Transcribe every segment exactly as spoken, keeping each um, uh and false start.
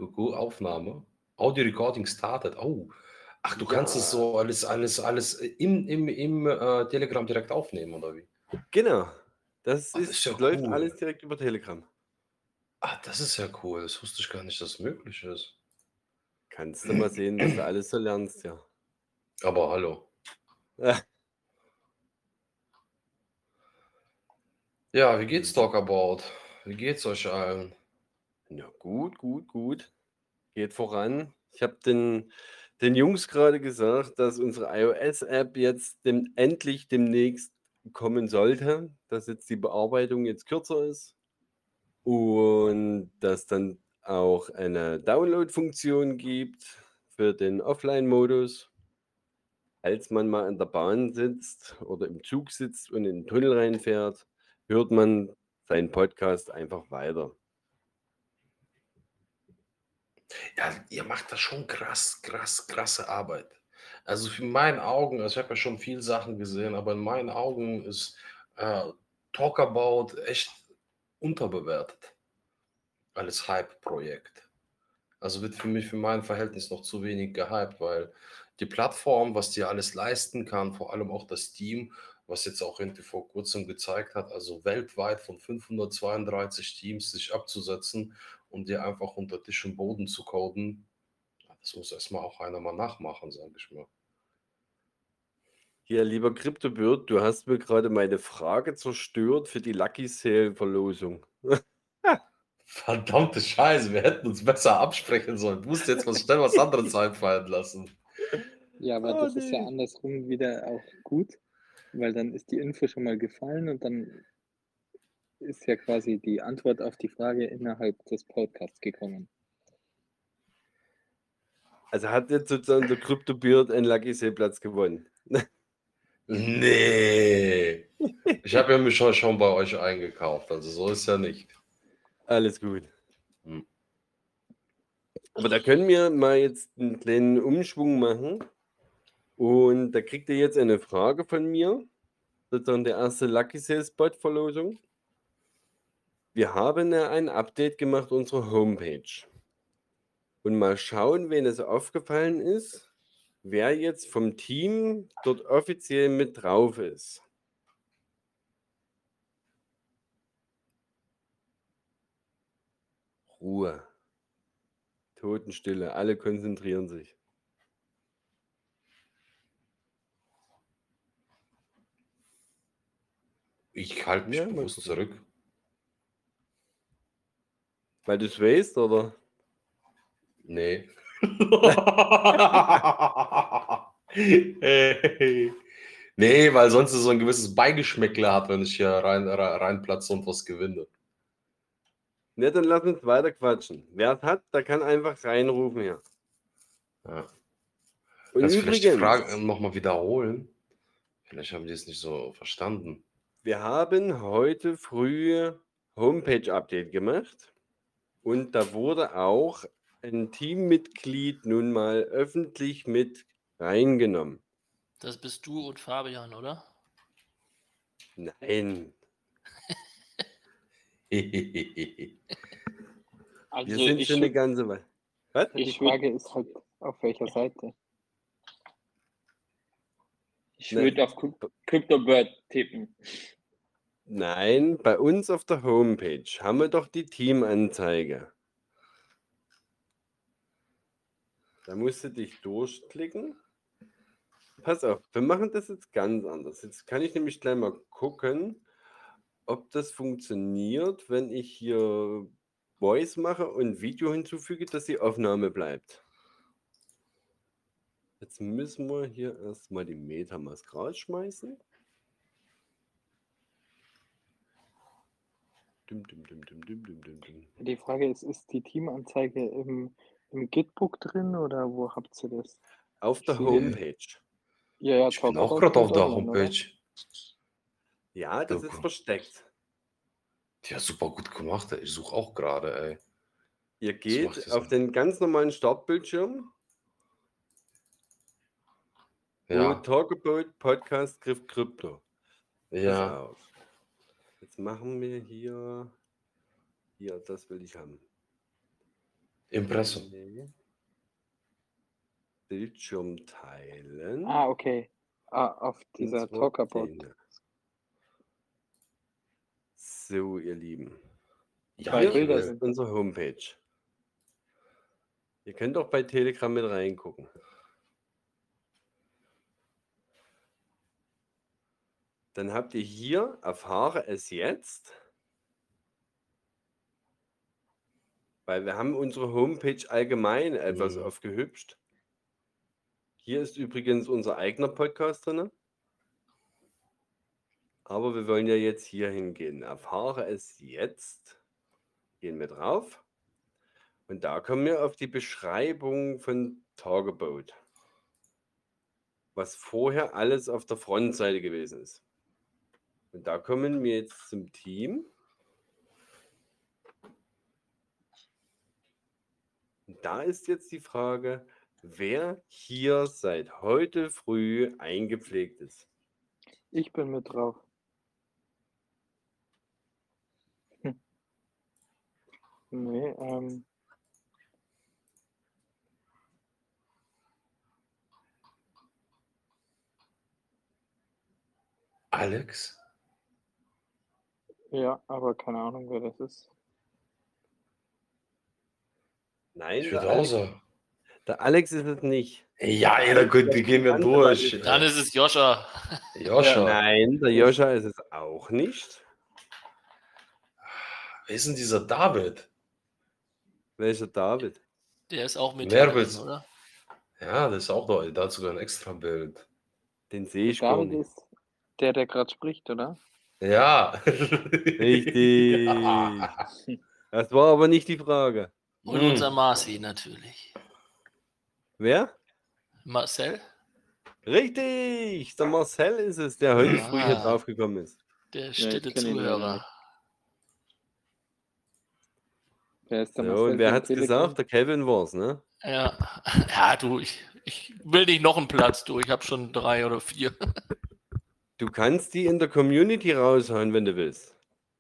Guck, Aufnahme. Audio Recording started. Oh. Ach, du kannst es Ja, so alles, alles, alles im, im, im äh, Telegram direkt aufnehmen, oder wie? genau. Das Ah, das ist ist, ja läuft alles cool. direkt über Telegram. Ah, das ist ja cool. Das wusste ich gar nicht, dass das möglich ist. Kannst du mal sehen, was du alles so lernst, ja. Aber hallo. Ja, Ja, wie geht's Talk About? Wie geht's euch allen? ja, gut, gut, gut. Geht voran. Ich habe den, den Jungs gerade gesagt, dass unsere iOS-App jetzt dem, endlich demnächst kommen sollte, dass jetzt die Bearbeitung jetzt kürzer ist und dass dann auch eine Download-Funktion gibt für den Offline-Modus. Als man mal in der Bahn sitzt oder im Zug sitzt und in den Tunnel reinfährt, hört man seinen Podcast einfach weiter. Ja, ihr macht da schon krass, krass, krasse Arbeit. Also für meinen Augen, also ich habe ja schon viele Sachen gesehen, aber in meinen Augen ist äh, Talk About echt unterbewertet als Hype-Projekt. Also wird für mich, für mein Verhältnis noch zu wenig gehypt, weil die Plattform, was die alles leisten kann, vor allem auch das Team, was jetzt auch irgendwie vor kurzem gezeigt hat, also weltweit von fünfhundertzweiunddreißig Teams sich abzusetzen und die einfach unter Tisch und Boden zu coden, das muss erstmal auch einer mal nachmachen, sage ich mal. Hier, lieber CryptoBird, du hast mir gerade meine Frage zerstört für die Lucky Sale Verlosung. Verdammte Scheiße, wir hätten uns besser absprechen sollen. Du musst jetzt was schnell was anderes einfallen lassen. Ja, aber Oh, das ist ja nee. andersrum wieder auch gut, weil dann ist die Info schon mal gefallen und dann ist ja quasi die Antwort auf die Frage innerhalb des Podcasts gekommen. Also hat jetzt sozusagen der CryptoBird einen Lucky Sale Platz gewonnen. Nee. Ich habe ja mich schon, schon bei euch eingekauft, also so ist ja nicht. Alles gut. Hm. Aber da können wir mal jetzt einen kleinen Umschwung machen. Und da kriegt ihr jetzt eine Frage von mir. Sozusagen der erste Lucky Sale Spot Verlosung. Wir haben ja ein Update gemacht unserer Homepage. Und mal schauen, wen es aufgefallen ist, wer jetzt vom Team dort offiziell mit drauf ist. Ruhe. Totenstille. Alle konzentrieren sich. Ich halte mich Ja, mal bewusst gucken. zurück. Weil du es weißt, oder? Nee. Hey. Nee, weil sonst es so ein gewisses Beigeschmäckle hat, wenn ich hier rein, rein, reinplatze und was gewinne. Ne, dann lass uns weiter quatschen. Wer es hat, der kann einfach reinrufen hier. Ja. Und Kannst du vielleicht die Frage übrigens, nochmal wiederholen? Vielleicht haben die es nicht so verstanden. wir haben heute früh Homepage-Update gemacht und da wurde auch ein Teammitglied nun mal öffentlich mit reingenommen. Das bist du und Fabian, oder? Nein, Also wir sind ich, schon eine wü- ganze Weile. Was? die ich würd, Frage ist halt, auf welcher Seite? Ich Ne. würde auf Cryp- CryptoBird tippen. Nein, bei uns auf der Homepage haben wir doch die Teamanzeige. Da musst du dich durchklicken. Pass auf, wir machen das jetzt ganz anders. Jetzt kann ich nämlich gleich mal gucken, ob das funktioniert, wenn ich hier Voice mache und Video hinzufüge, dass die Aufnahme bleibt. Jetzt müssen wir hier erstmal die Metamask rausschmeißen. Dum, dum, dum, dum, dum, dum, dum, dum. Die Frage ist, ist die Teamanzeige im, im Gitbook drin oder wo habt ihr das? Auf Ich der sehe- Homepage. Ja, ja, Ich bin Talk auch About gerade auf steht der online, oder? Homepage. Ja, das Ja, ist cool. versteckt. Ja, super gut gemacht, ey. Ich suche auch gerade, ey. Ihr macht geht das auf denn? den ganz normalen Startbildschirm, wo Ja, Talk About Podcast Griff Krypto. Pass ja. auf. Jetzt machen wir hier, hier, das will ich haben. Impressum. Nee. Bildschirm teilen. Ah, okay. Ah, auf Und dieser zwar Talkabout. den. So, ihr Lieben. Ja, Zwei Hier Bilder ist sind. unsere Homepage. Ihr könnt auch bei Telegram mit reingucken. Dann habt ihr hier, erfahre es jetzt, weil wir haben unsere Homepage allgemein etwas Mhm. aufgehübscht. Hier ist übrigens unser eigener Podcast drin. Aber wir wollen ja jetzt hier hingehen. Erfahre es jetzt. Gehen wir drauf. Und da kommen wir auf die Beschreibung von Talkabout. Was vorher alles auf der Frontseite gewesen ist. Und da kommen wir jetzt zum Team. Und da ist jetzt die Frage, wer hier seit heute früh eingepflegt ist. Ich bin mit drauf. Hm. Nee, ähm, Alex? ja, aber keine Ahnung, wer das ist. Nein, Ich der würde auch Alex, sagen. der Alex ist es nicht. Ja, ey, da gut, die gehen wir Andere Mann durch. ist- Dann ist es Joscha. Joscha. Nein, der Joscha ist es auch nicht. Wer ist denn dieser David? Welcher David? Der ist auch mit Merbitz. drin, oder? Ja, das ist auch da. Da hat sogar ein extra Bild. Den sehe ich gar David nicht. ist der, der gerade spricht, oder? Ja. Richtig. Ja. Das war aber nicht die Frage. Und Hm. unser Marci natürlich. Wer? Marcel? Richtig, der Marcel ist es, der heute Ah. früh hier draufgekommen ist. Der ich stille kenn ihn leider Zuhörer. nicht. Wer ist der So, Marcel und wer von hat's Telegram? gesagt? Der Kevin war's, ne? Ja, ja du, ich, ich will nicht noch einen Platz, du. Ich habe schon drei oder vier. Du kannst die in der Community raushauen, wenn du willst.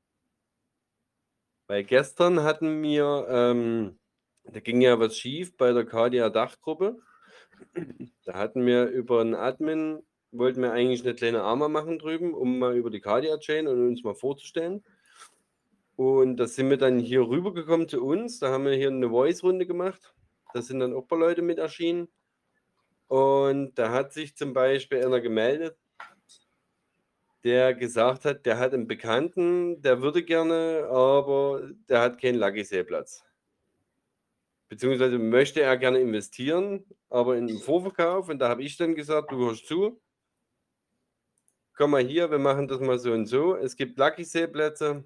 Weil gestern hatten wir, ähm, da ging ja was schief bei der Cardia-Dachgruppe. Da hatten wir über einen Admin, wollten wir eigentlich eine kleine Arma machen drüben, um mal über die Cardia-Chain und uns mal vorzustellen. Und da sind wir dann hier rübergekommen zu uns. Da haben wir hier eine Voice-Runde gemacht. Da sind dann auch ein paar Leute mit erschienen. Und da hat sich zum Beispiel einer gemeldet, der gesagt hat, der hat einen Bekannten, der würde gerne, aber der hat keinen Lucky-Sale-Platz. Beziehungsweise möchte er gerne investieren, aber in den Vorverkauf. Und da habe ich dann gesagt, du hörst zu, komm mal hier, wir machen das mal so und so. Es gibt Lucky-Sale-Plätze.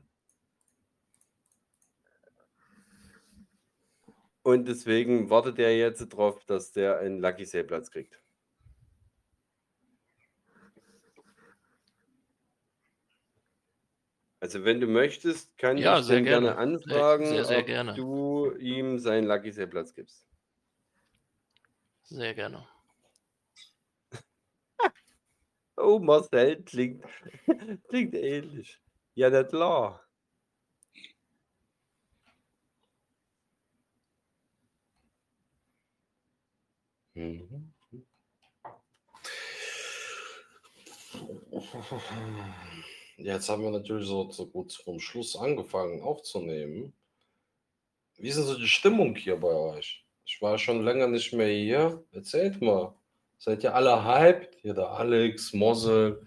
Und deswegen wartet er jetzt darauf, dass der einen Lucky-Sale-Platz kriegt. Also wenn du möchtest, kann Ja, ich sehr den gerne gerne. anfragen, Sehr, sehr ob gerne. du ihm seinen Lucky-Sale-Platz gibst. Sehr gerne. Oh, Marcel klingt, klingt ähnlich. Ja, na klar. Mhm. Ja, jetzt haben wir natürlich so, so gut zum Schluss angefangen aufzunehmen. Wie ist denn so die Stimmung hier bei euch? Ich war schon länger nicht mehr hier. Erzählt mal. Seid ihr alle hyped? Hier der Alex, Mosel,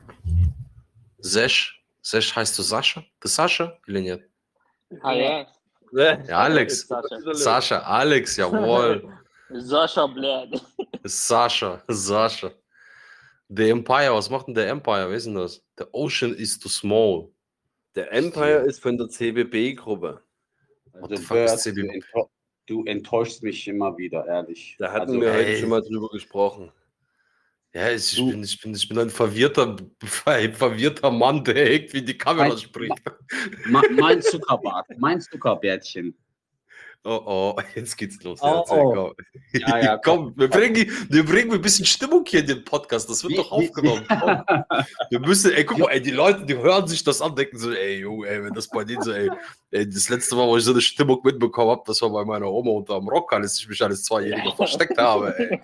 Sesh. Sesh heißt du Sascha? Du Sascha? Или нет? Ah ja, Ja, Alex. Sascha. Sascha, Alex, jawohl. Sascha Bled. Sascha, Sascha. The Empire, was macht denn der Empire? Wer ist denn das? The Ocean is too small. Der Empire ist von der C B B-Gruppe. What the Also fuck ist Bert, C B du, B? enttäu- du enttäuschst mich immer wieder, ehrlich. Da hatten also, wir heute ey. schon mal drüber gesprochen. Ja, ich, ich, Du- bin, ich, bin, ich bin ein verwirrter, ein verwirrter Mann, der irgendwie die Kamera Mein- spricht. ma- mein Zuckerbart, mein Zuckerbärtchen. Oh, oh, jetzt geht's los. Oh, Erzähl, oh. komm. Ja, ja, Komm, komm, wir komm. bringen, wir bringen ein bisschen Stimmung hier in den Podcast. Das wird Wie- doch wie- aufgenommen. Komm. Wir müssen, ey, guck mal, ey, die Leute, die hören sich das an, denken so, ey, Junge, ey, wenn das bei denen so, ey, ey, das letzte Mal, wo ich so eine Stimmung mitbekommen habe, das war bei meiner Oma unterm Rock, als ich mich als Zweijähriger versteckt habe, ey.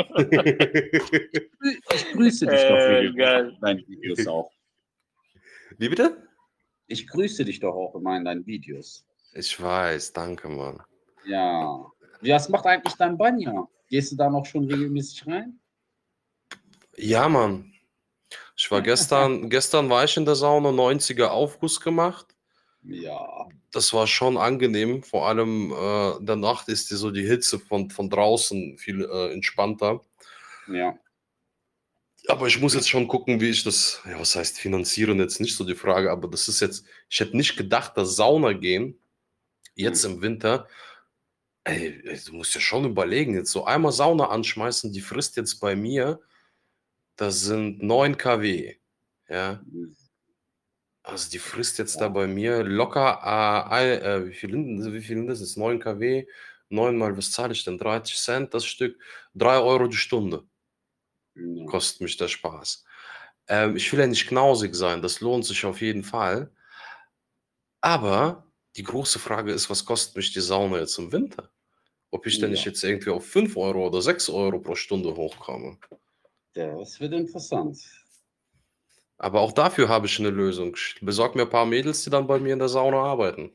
Ich grüße dich doch Äh, in geil. deinen Videos auch. Wie bitte? Ich grüße dich doch auch immer in deinen Videos. Ich weiß, danke, Mann. Ja. Wie, was macht eigentlich dein Banja? Gehst du da noch schon regelmäßig rein? Ja, Mann. Ich war gestern, gestern war ich in der Sauna, neunziger Aufguss gemacht. Ja. Das war schon angenehm. Vor allem äh, in der Nacht ist die, so die Hitze von, von draußen viel äh, entspannter. Ja. Aber ich muss jetzt schon gucken, wie ich das, ja, was heißt finanzieren, jetzt nicht so die Frage, aber das ist jetzt, ich hätte nicht gedacht, dass Sauna gehen, jetzt im Winter, ey, ey, du musst ja schon überlegen, jetzt so einmal Sauna anschmeißen, die frisst jetzt bei mir, das sind neun Kilowatt, ja, also die frisst jetzt da bei mir locker, äh, äh, wie viel, wie viel ist es, neun Kilowatt, neun mal, was zahle ich denn, dreißig Cent das Stück, drei Euro die Stunde. Ja. Kostet mich der Spaß. Ähm, ich will ja nicht knausig sein, das lohnt sich auf jeden Fall. Aber die große Frage ist, was kostet mich die Sauna jetzt im Winter? Ob ich denn Ja. nicht jetzt irgendwie auf fünf Euro oder sechs Euro pro Stunde hochkomme. Das wird interessant. Aber auch dafür habe ich eine Lösung. Ich besorge mir ein paar Mädels, die dann bei mir in der Sauna arbeiten.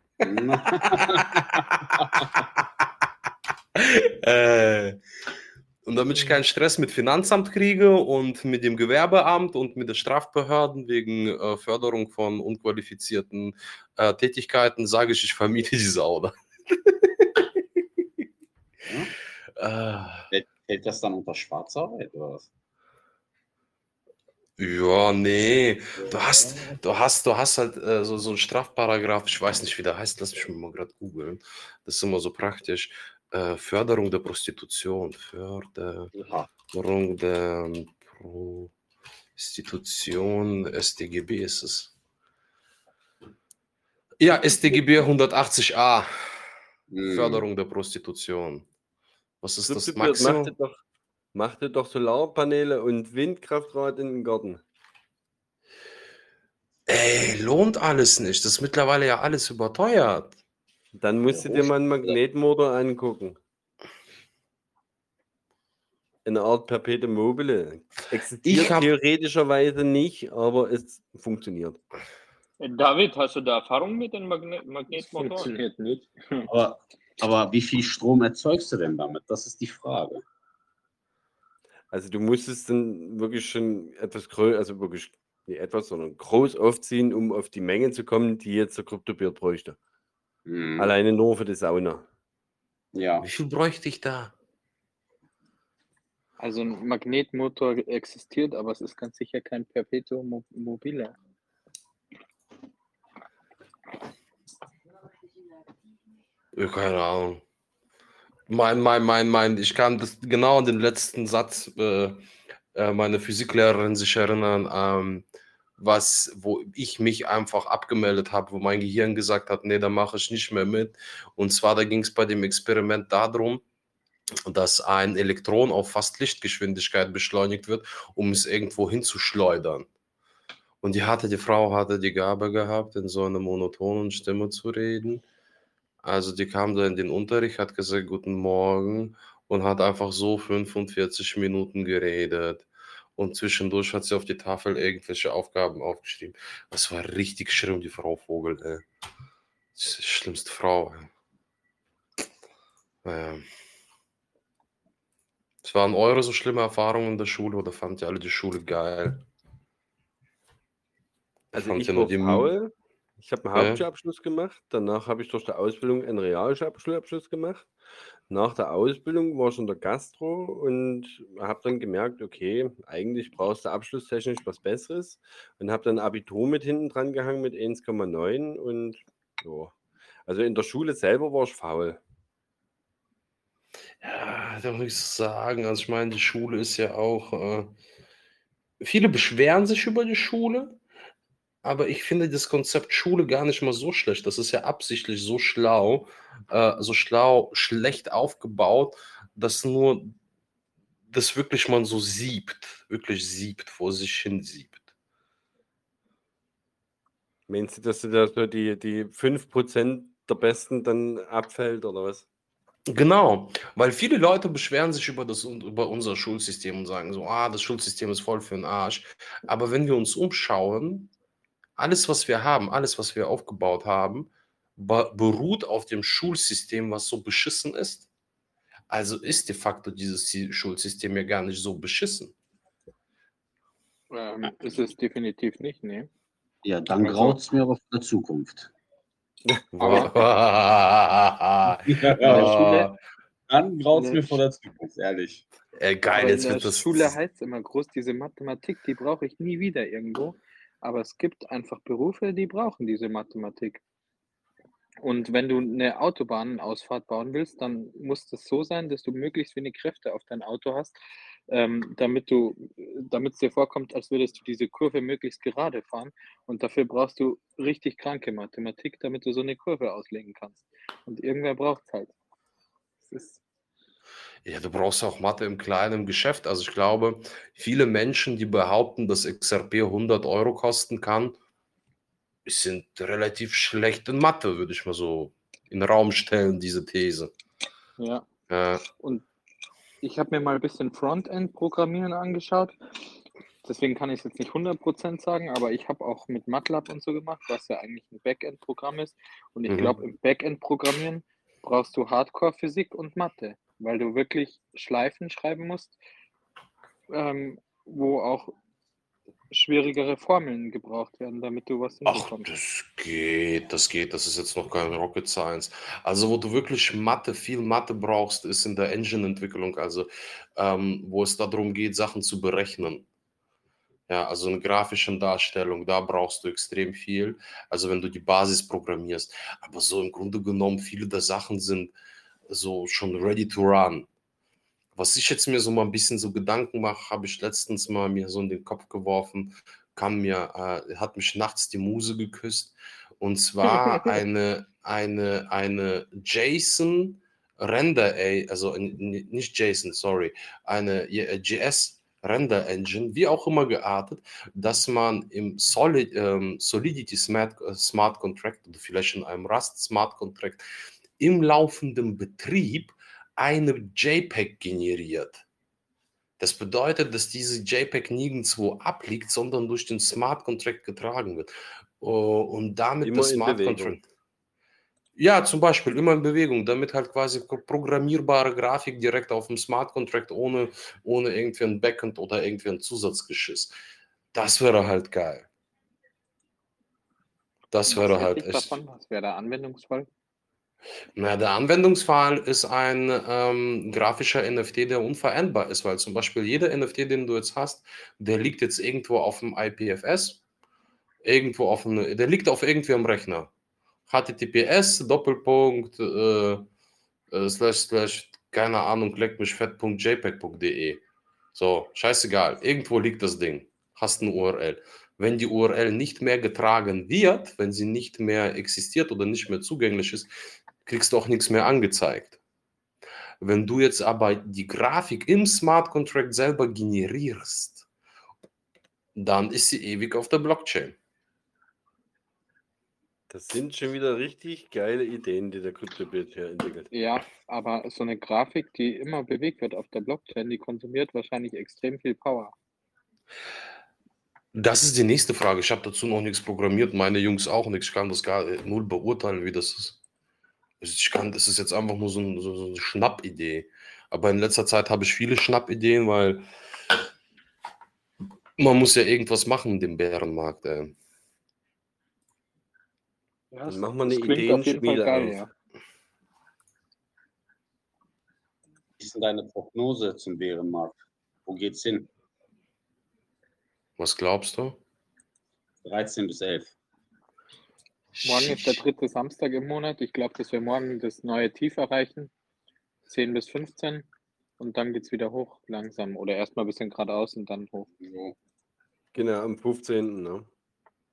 äh, Und damit ich keinen Stress mit Finanzamt kriege und mit dem Gewerbeamt und mit den Strafbehörden wegen äh, Förderung von unqualifizierten äh, Tätigkeiten, sage ich, ich vermiete die Sauna. äh, Fällt das dann unter Schwarzarbeit oder was? ja, nee. Du hast, du hast, du hast halt äh, so, so einen Strafparagraph, ich weiß nicht, wie der heißt, lass mich mal gerade googeln. Das ist immer so praktisch. Äh, Förderung der Prostitution. Förderung Ja. der Prostitution, S t G B ist es. Ja, S t G B hundertachtzig a. Hm. Förderung der Prostitution. Was ist das Substituiert, macht Maximum? ihr doch, macht ihr doch Solarpaneele und Windkraftrad in den Garten. Ey, lohnt alles nicht. Das ist mittlerweile ja alles überteuert. Dann musst du dir mal einen Magnetmotor angucken. Eine Art Perpetuum mobile. Existiert Ich hab- theoretischerweise nicht, aber es funktioniert. David, hast du da Erfahrung mit den Magne Das Magnetmotoren? funktioniert nicht. Aber, aber wie viel Strom erzeugst du denn damit? Das ist die Frage. Also du musst es dann wirklich schon etwas größer, also wirklich nicht etwas, sondern groß aufziehen, um auf die Menge zu kommen, die jetzt der Kryptobiert bräuchte. Hm. Alleine nur für die Sauna. Ja. Wie viel bräuchte ich da? Also ein Magnetmotor existiert, aber es ist ganz sicher kein Perpetuum mo- mobile. Ja, keine Ahnung. Mein, mein, mein, mein, ich kann das genau an den letzten Satz äh, äh, meine Physiklehrerin sich erinnern, ähm, was, wo ich mich einfach abgemeldet habe, wo mein Gehirn gesagt hat, nee, da mache ich nicht mehr mit. Und zwar, da ging es bei dem Experiment darum, dass ein Elektron auf fast Lichtgeschwindigkeit beschleunigt wird, um es irgendwo hinzuschleudern. Und die hatte, die Frau hatte die Gabe gehabt, in so einer monotonen Stimme zu reden. Also die kam da in den Unterricht, hat gesagt, guten Morgen und hat einfach so fünfundvierzig Minuten geredet. Und zwischendurch hat sie auf die Tafel irgendwelche Aufgaben aufgeschrieben. Das war richtig schlimm, die Frau Vogel, ey. Das ist die schlimmste Frau, ey. Naja. Es waren eure so schlimme Erfahrungen in der Schule oder fand ihr alle die Schule geil? Also Fand ich ihr war nur die- faul. Ich habe einen Ja. Hauptschulabschluss gemacht. Danach habe ich durch die Ausbildung einen Realschulabschluss gemacht. Nach der Ausbildung war ich in der Gastro und habe dann gemerkt, okay, eigentlich brauchst du abschlusstechnisch was Besseres und habe dann Abitur mit hinten dran gehangen mit eins Komma neun und ja. Also in der Schule selber war ich faul. Ja, da muss ich sagen, also ich meine, die Schule ist ja auch, äh, viele beschweren sich über die Schule, aber ich finde das Konzept Schule gar nicht mal so schlecht. Das ist ja absichtlich so schlau, äh, so schlau, schlecht aufgebaut, dass nur das wirklich man so siebt, wirklich siebt, vor sich hin siebt. Meinst du, dass du da so die, die fünf Prozent der Besten dann abfällt oder was? Genau, weil viele Leute beschweren sich über, das, über unser Schulsystem und sagen so, ah, das Schulsystem ist voll für den Arsch. Aber wenn wir uns umschauen, alles, was wir haben, alles, was wir aufgebaut haben, be beruht auf dem Schulsystem, was so beschissen ist. Also ist de facto dieses Si- Schulsystem ja gar nicht so beschissen. Ähm, ist es definitiv nicht, ne? Ja, dann Also, graut's mir aber vor der Zukunft. aber Äh, in der Schule, Dann graut's in der, mir vor der Zukunft, ehrlich. äh, geil, aber in jetzt der wird das. Schule heißt es immer groß, diese Mathematik, die brauche ich nie wieder irgendwo. Aber es gibt einfach Berufe, die brauchen diese Mathematik. Und wenn du eine Autobahnausfahrt bauen willst, dann muss das so sein, dass du möglichst wenig Kräfte auf dein Auto hast, ähm, damit du, damit es dir vorkommt, als würdest du diese Kurve möglichst gerade fahren. Und dafür brauchst du richtig kranke Mathematik, damit du so eine Kurve auslegen kannst. Und irgendwer braucht es halt. Das ist, Ja, du brauchst auch Mathe im kleinen Geschäft. Also ich glaube, viele Menschen, die behaupten, dass X R P hundert Euro kosten kann, sind relativ schlecht in Mathe, würde ich mal so in den Raum stellen, diese These. ja. Äh, Und ich habe mir mal ein bisschen Frontend-Programmieren angeschaut. Deswegen kann ich es jetzt nicht hundert Prozent sagen, aber ich habe auch mit MATLAB und so gemacht, was ja eigentlich ein Backend-Programm ist. Und ich mhm. glaube, im Backend-Programmieren brauchst du Hardcore-Physik und Mathe, weil du wirklich Schleifen schreiben musst, ähm, wo auch schwierigere Formeln gebraucht werden, damit du was Ach, hinbekommst. das geht, das geht, das ist jetzt noch kein Rocket Science. Also, wo du wirklich Mathe, viel Mathe brauchst, ist in der Engine-Entwicklung, also ähm, wo es darum geht, Sachen zu berechnen. Ja, also eine grafische Darstellung, da brauchst du extrem viel. Also wenn du die Basis programmierst. Aber so im Grunde genommen, viele der Sachen sind so schon ready to run. Was ich jetzt mir so mal ein bisschen so Gedanken mache, habe ich letztens mal mir so in den Kopf geworfen, kam mir, äh, hat mich nachts die Muse geküsst. Und zwar eine, eine, eine JSON Render, A- also n- n- nicht JSON, sorry, eine J- J S Render Engine, wie auch immer geartet, dass man im Solid, ähm, Solidity Smart, äh, Smart Contract oder vielleicht in einem Rust Smart Contract im laufenden Betrieb eine JPEG generiert. Das bedeutet, dass diese JPEG nirgendwo abliegt, sondern durch den Smart Contract getragen wird. Oh, und damit Immer das in Smart Bewegung. Contract. Ja, zum Beispiel immer in Bewegung, damit halt quasi pro- programmierbare Grafik direkt auf dem Smart Contract ohne, ohne irgendwie ein Backend oder irgendwie ein Zusatzgeschiss. Das wäre halt geil. Das Was wäre hätte halt ich echt. davon? Was wäre der Anwendungsfall? Na, der Anwendungsfall ist ein ähm, grafischer N F T, der unveränderbar ist, weil zum Beispiel jeder N F T, den du jetzt hast, der liegt jetzt irgendwo auf dem I P F S, irgendwo auf einem, der liegt auf irgendwie am Rechner. H T T P S, Doppelpunkt, äh, äh, slash, slash, keine Ahnung, leck mich fett.jpeg.de. So, scheißegal, irgendwo liegt das Ding. Hast eine U R L. Wenn die U R L nicht mehr getragen wird, wenn sie nicht mehr existiert oder nicht mehr zugänglich ist, kriegst du auch nichts mehr angezeigt. Wenn du jetzt aber die Grafik im Smart Contract selber generierst, dann ist sie ewig auf der Blockchain. Das sind schon wieder richtig geile Ideen, die der Kryptobit hier entwickelt. Ja, aber so eine Grafik, die immer bewegt wird auf der Blockchain, die konsumiert wahrscheinlich extrem viel Power. Das ist die nächste Frage. Ich habe dazu noch nichts programmiert, meine Jungs auch nicht. Ich kann das gar null beurteilen, wie das ist. Also ich kann, das ist jetzt einfach nur so, ein, so, so eine Schnappidee. Aber in letzter Zeit habe ich viele Schnappideen, weil man muss ja irgendwas machen in dem Bärenmarkt. Ey. Ja, Dann das, machen wir das eine klingt auf jeden Fall Ideenschmiede geil, auf. ja. Wie ist denn deine Prognose zum Bärenmarkt? Wo geht's hin? Was glaubst du? dreizehn bis elf. Morgen ist der dritte Samstag im Monat. Ich glaube, dass wir morgen das neue Tief erreichen. zehn bis fünfzehn. Und dann geht es wieder hoch langsam. Oder erstmal ein bisschen geradeaus und dann hoch. So. Genau, am fünfzehnten Ne?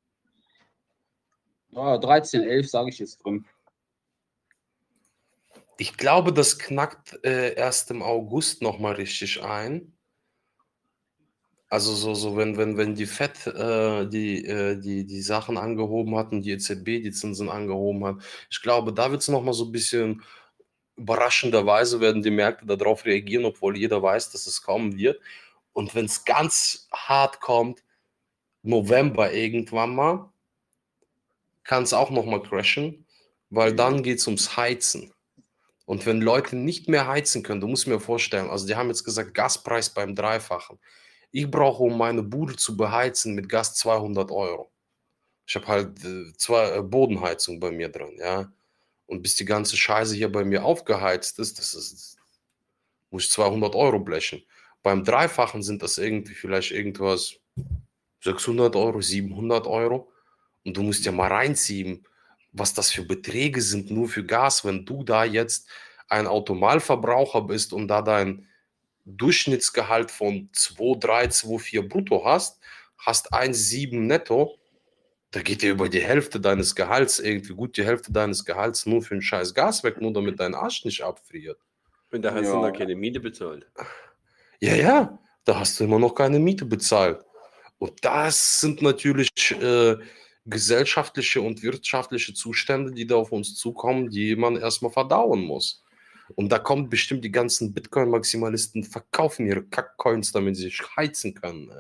Ja, dreizehn, elf sage ich jetzt drin. Ich glaube, das knackt äh, erst im August nochmal richtig ein. Also so, so wenn, wenn, wenn die Fed äh, die, äh, die, die Sachen angehoben hat und die E Z B die Zinsen angehoben hat. Ich glaube, da wird es nochmal so ein bisschen überraschenderweise werden die Märkte darauf reagieren, obwohl jeder weiß, dass es kommen wird. Und wenn es ganz hart kommt, November irgendwann mal, kann es auch nochmal crashen, weil dann geht es ums Heizen. Und wenn Leute nicht mehr heizen können, du musst mir vorstellen, also die haben jetzt gesagt, Gaspreis beim Dreifachen. Ich brauche, um meine Bude zu beheizen, mit Gas zweihundert Euro. Ich habe halt äh, zwei äh, Bodenheizung bei mir drin, ja. Und bis die ganze Scheiße hier bei mir aufgeheizt ist, das ist, muss ich zweihundert Euro blechen. Beim Dreifachen sind das irgendwie vielleicht irgendwas sechshundert Euro, siebenhundert Euro. Und du musst ja mal reinziehen, was das für Beträge sind, nur für Gas, wenn du da jetzt ein Automalverbraucher bist und da dein Durchschnittsgehalt von zwei, drei, zwei, vier brutto hast, hast eins Komma sieben netto, da geht dir über die Hälfte deines Gehalts, irgendwie gut die Hälfte deines Gehalts nur für ein scheiß Gas weg, nur damit dein Arsch nicht abfriert. Und da hast Ja. du noch keine Miete bezahlt. Ja, ja, da hast du immer noch keine Miete bezahlt. Und das sind natürlich äh, gesellschaftliche und wirtschaftliche Zustände, die da auf uns zukommen, die man erstmal verdauen muss. Und da kommen bestimmt die ganzen Bitcoin-Maximalisten, verkaufen ihre Kackcoins, damit sie sich heizen können.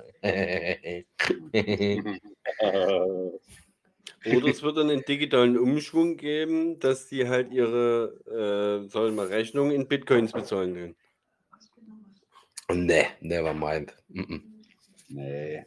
Oder es wird dann einen digitalen Umschwung geben, dass die halt ihre, äh, sollen wir Rechnungen in Bitcoins bezahlen können. Nee, never mind. Mm-mm. Nee.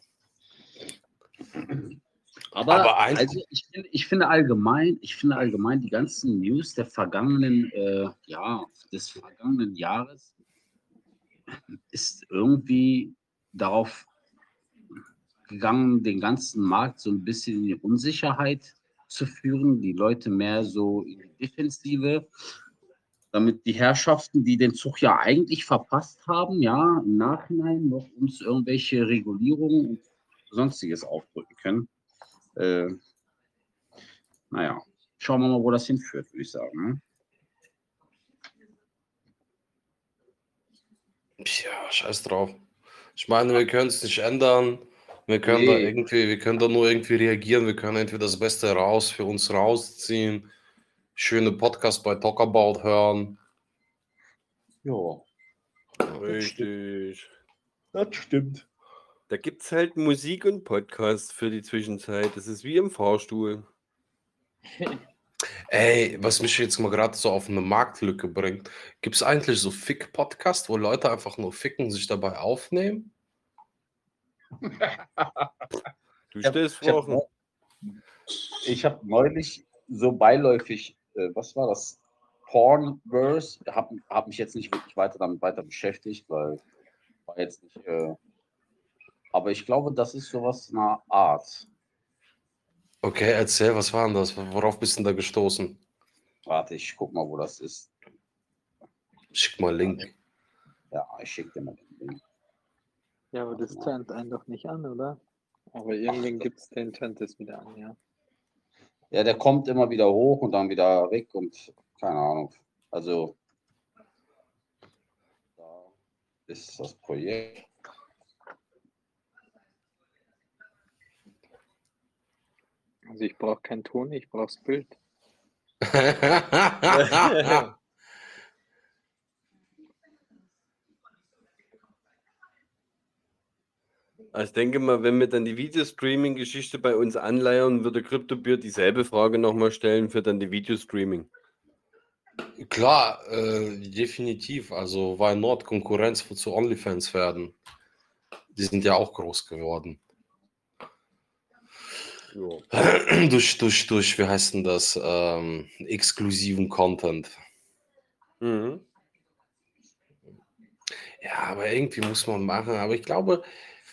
Aber Aber, ein- also ich, finde- ich finde allgemein, ich finde allgemein die ganzen News der vergangenen, äh, ja, des vergangenen Jahres ist irgendwie darauf gegangen, den ganzen Markt so ein bisschen in die Unsicherheit zu führen, die Leute mehr so in die Defensive, damit die Herrschaften, die den Zug ja eigentlich verpasst haben, ja, im Nachhinein noch uns irgendwelche Regulierungen und sonstiges aufdrücken können. Äh, naja, schauen wir mal, wo das hinführt, würde ich sagen. Ne? Ja, scheiß drauf. Ich meine, wir können es nicht ändern. Wir können da Nee. irgendwie, wir können da nur irgendwie reagieren. Wir können entweder das Beste raus für uns rausziehen, schöne Podcast bei Talkabout hören. Ja, Richtig. das stimmt. Da gibt es halt Musik und Podcast für die Zwischenzeit. Das ist wie im Fahrstuhl. Ey, was mich jetzt mal gerade so auf eine Marktlücke bringt, gibt es eigentlich so Fick-Podcast, wo Leute einfach nur ficken, sich dabei aufnehmen? Du Ich hab- stellst ich hab Fragen. Ich habe neulich so beiläufig, äh, was war das? Pornverse, habe hab mich jetzt nicht wirklich weiter damit weiter beschäftigt, weil war jetzt nicht. Äh, aber ich glaube, das ist sowas in einer Art. Okay, erzähl, was war denn das? Worauf bist du denn da gestoßen? Warte, ich guck mal, wo das ist. Schick mal Link. Ja, ich schicke dir mal den Link. Ja, aber das turnt einen doch nicht an, oder? Aber irgendwen gibt es, den turnt es wieder an, ja. Ja, der kommt immer wieder hoch und dann wieder weg und keine Ahnung. Also, da ist das Projekt. Also ich brauche keinen Ton, ich brauche das Bild. Also ich denke mal, wenn wir dann die Videostreaming-Geschichte bei uns anleiern, würde CryptoBeard dieselbe Frage nochmal stellen für dann die Videostreaming. Klar, äh, definitiv. Also, why not Konkurrenz zu OnlyFans werden? Die sind ja auch groß geworden. Ja. durch, durch, durch, wie heißt denn das? Ähm, exklusiven Content. Mhm. Ja, aber irgendwie muss man machen. Aber ich glaube,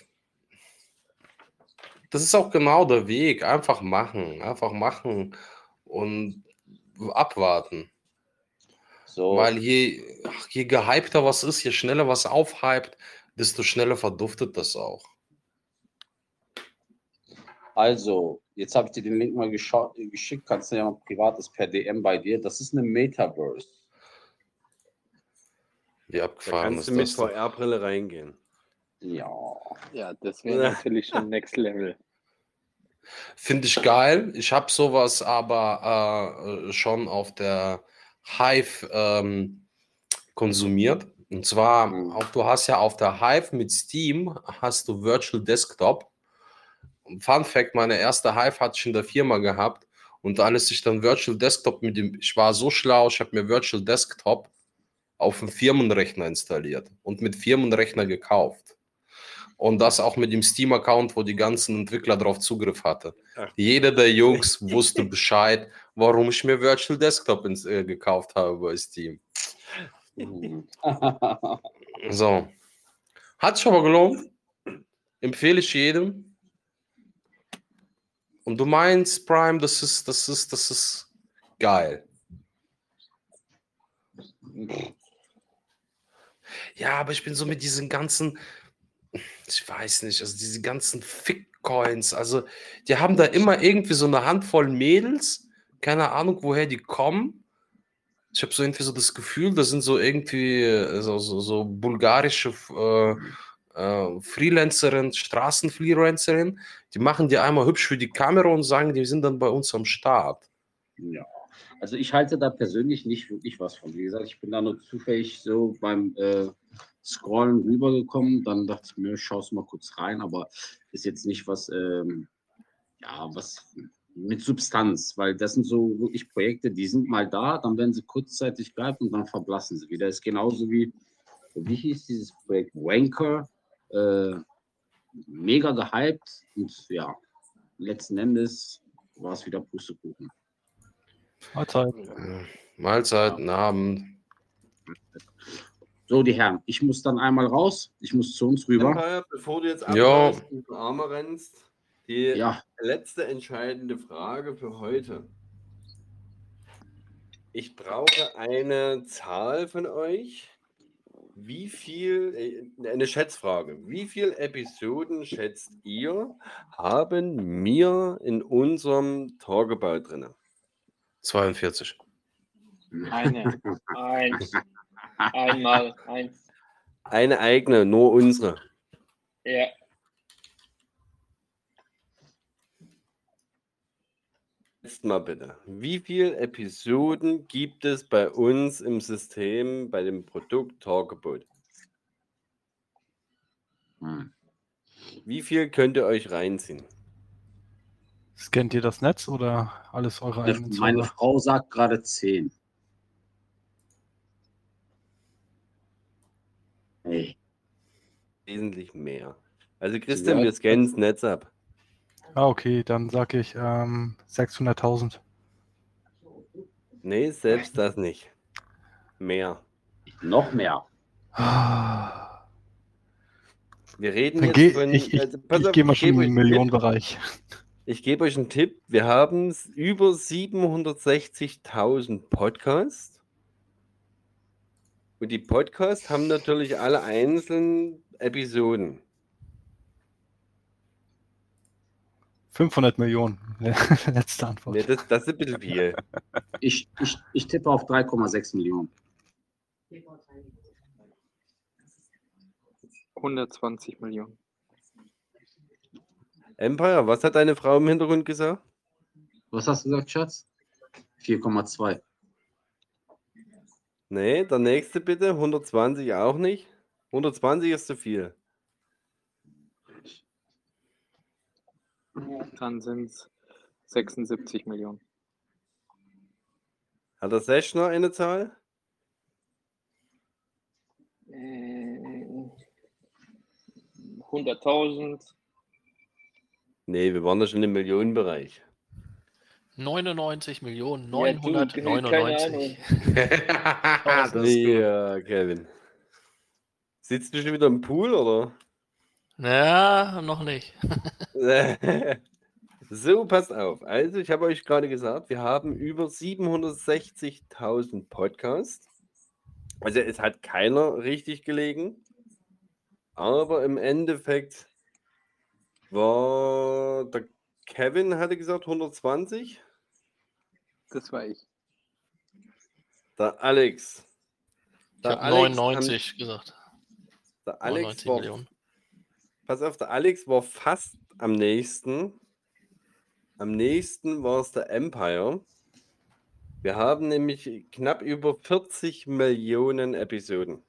das ist auch genau der Weg. Einfach machen. Einfach machen und abwarten. So, Weil je, ach, je gehypter was ist, je schneller was aufhypt, desto schneller verduftet das auch. also, jetzt habe ich dir den Link mal geschaut, geschickt, kannst du ja mal privates per D M bei dir. Das ist eine Metaverse. Wie Da abgefahren kannst du ist mit das denn? V R-Brille reingehen. Ja. Ja, das wäre natürlich schon Next Level. Finde ich geil. Ich habe sowas aber äh, schon auf der Hive ähm, konsumiert. Und zwar, Mhm. auch, du hast ja auf der Hive mit Steam, hast du Virtual Desktop. Und Fun Fact, meine erste Hive hatte ich in der Firma gehabt. Und als ich dann Virtual Desktop mit dem, ich war so schlau, ich habe mir Virtual Desktop auf dem Firmenrechner installiert und mit Firmenrechner gekauft. Und das auch mit dem Steam-Account, wo die ganzen Entwickler drauf Zugriff hatten. Ach, Jeder der Jungs wusste Bescheid, warum ich mir Virtual Desktop ins, äh, gekauft habe bei Steam. Mhm. So. Hat sich aber gelohnt. Empfehle ich jedem. Und du meinst, Prime, das ist, das ist, das ist geil. Ja, aber ich bin so mit diesen ganzen, ich weiß nicht, also diese ganzen Fick-Coins, also die haben da immer irgendwie so eine Handvoll Mädels, keine Ahnung, woher die kommen. Ich habe so irgendwie so das Gefühl, das sind so irgendwie äh, so, so, so bulgarische äh, äh, Freelancerin, Straßenfreelancerin, die machen die einmal hübsch für die Kamera und sagen, die sind dann bei uns am Start. Ja, also ich halte da persönlich nicht wirklich was von. Wie gesagt, ich bin da nur zufällig so beim äh, Scrollen rübergekommen, dann dachte ich mir, schaust mal kurz rein, aber ist jetzt nicht was, ähm, ja, was mit Substanz, weil das sind so wirklich Projekte, die sind mal da, dann werden sie kurzzeitig geil und dann verblassen sie wieder. Das ist genauso wie, wie hieß dieses Projekt Wanker, äh, mega gehypt und ja, letzten Endes war es wieder Pustekuchen. Mahlzeit. Äh, Mahlzeiten, Abend. So, die Herren, ich muss dann einmal raus. Ich muss zu uns rüber. Empire, bevor du jetzt Ja. abhaust und den Arme rennst, die Ja, letzte entscheidende Frage für heute. Ich brauche eine Zahl von euch. Wie viel, äh, eine Schätzfrage. Wie viele Episoden schätzt ihr, haben wir in unserem Talkabout drin? zweiundvierzig. Eine. Eins. Einmal. Eins. Eine eigene, nur unsere. Ja. Jetzt mal bitte. Wie viele Episoden gibt es bei uns im System, bei dem Produkt Talkabout? hm. Wie viel könnt ihr euch reinziehen? Scannt ihr das Netz oder alles eure eigenen Meine Server? Frau sagt gerade zehn. Hey, Wesentlich mehr. Also Christian, Ja, wir scannen das Netz ab. Ah, okay, dann sage ich ähm, sechshunderttausend. Nee, selbst das nicht. Mehr. noch mehr. Ah, Wir reden Dann jetzt geh, von... ich ich, also, pass ich auf, gehe mal ich schon gebe euch im einen Tipp. Millionenbereich. Ich gebe euch einen Tipp. Wir haben über siebenhundertsechzigtausend Podcasts. Und die Podcasts haben natürlich alle einzelnen Episoden. fünfhundert Millionen. Letzte Antwort. Nee, das, das ist ein bisschen viel. Ich, ich, ich tippe auf drei Komma sechs Millionen. hundertzwanzig Millionen. Empire, was hat deine Frau im Hintergrund gesagt? Was hast du gesagt, Schatz? vier Komma zwei. Nee, der nächste bitte. hundertzwanzig auch nicht. hundertzwanzig ist zu viel. Dann sind es sechsundsiebzig Millionen. Hat der Sesh noch eine Zahl? Äh, hunderttausend. Nee, wir waren ja schon im Millionenbereich. neunundneunzig Millionen Ja, du, keine neunhundertneunundneunzig. Das ist gut. Ja, Kevin. Sitzt du schon wieder im Pool, oder? Ja, noch nicht. So, passt auf. Also, ich habe euch gerade gesagt, wir haben über siebenhundertsechzigtausend Podcasts. Also, es hat keiner richtig gelegen. Aber im Endeffekt war der Kevin, hatte gesagt, hundertzwanzig. Das war ich. Der Alex Ich Der habe Alex, am, neunundneunzig gesagt. der Alex neunundneunzig war, Millionen. pass auf, der Alex war fast am nächsten. Am nächsten war es der Empire. Wir haben nämlich knapp über vierzig Millionen Episoden.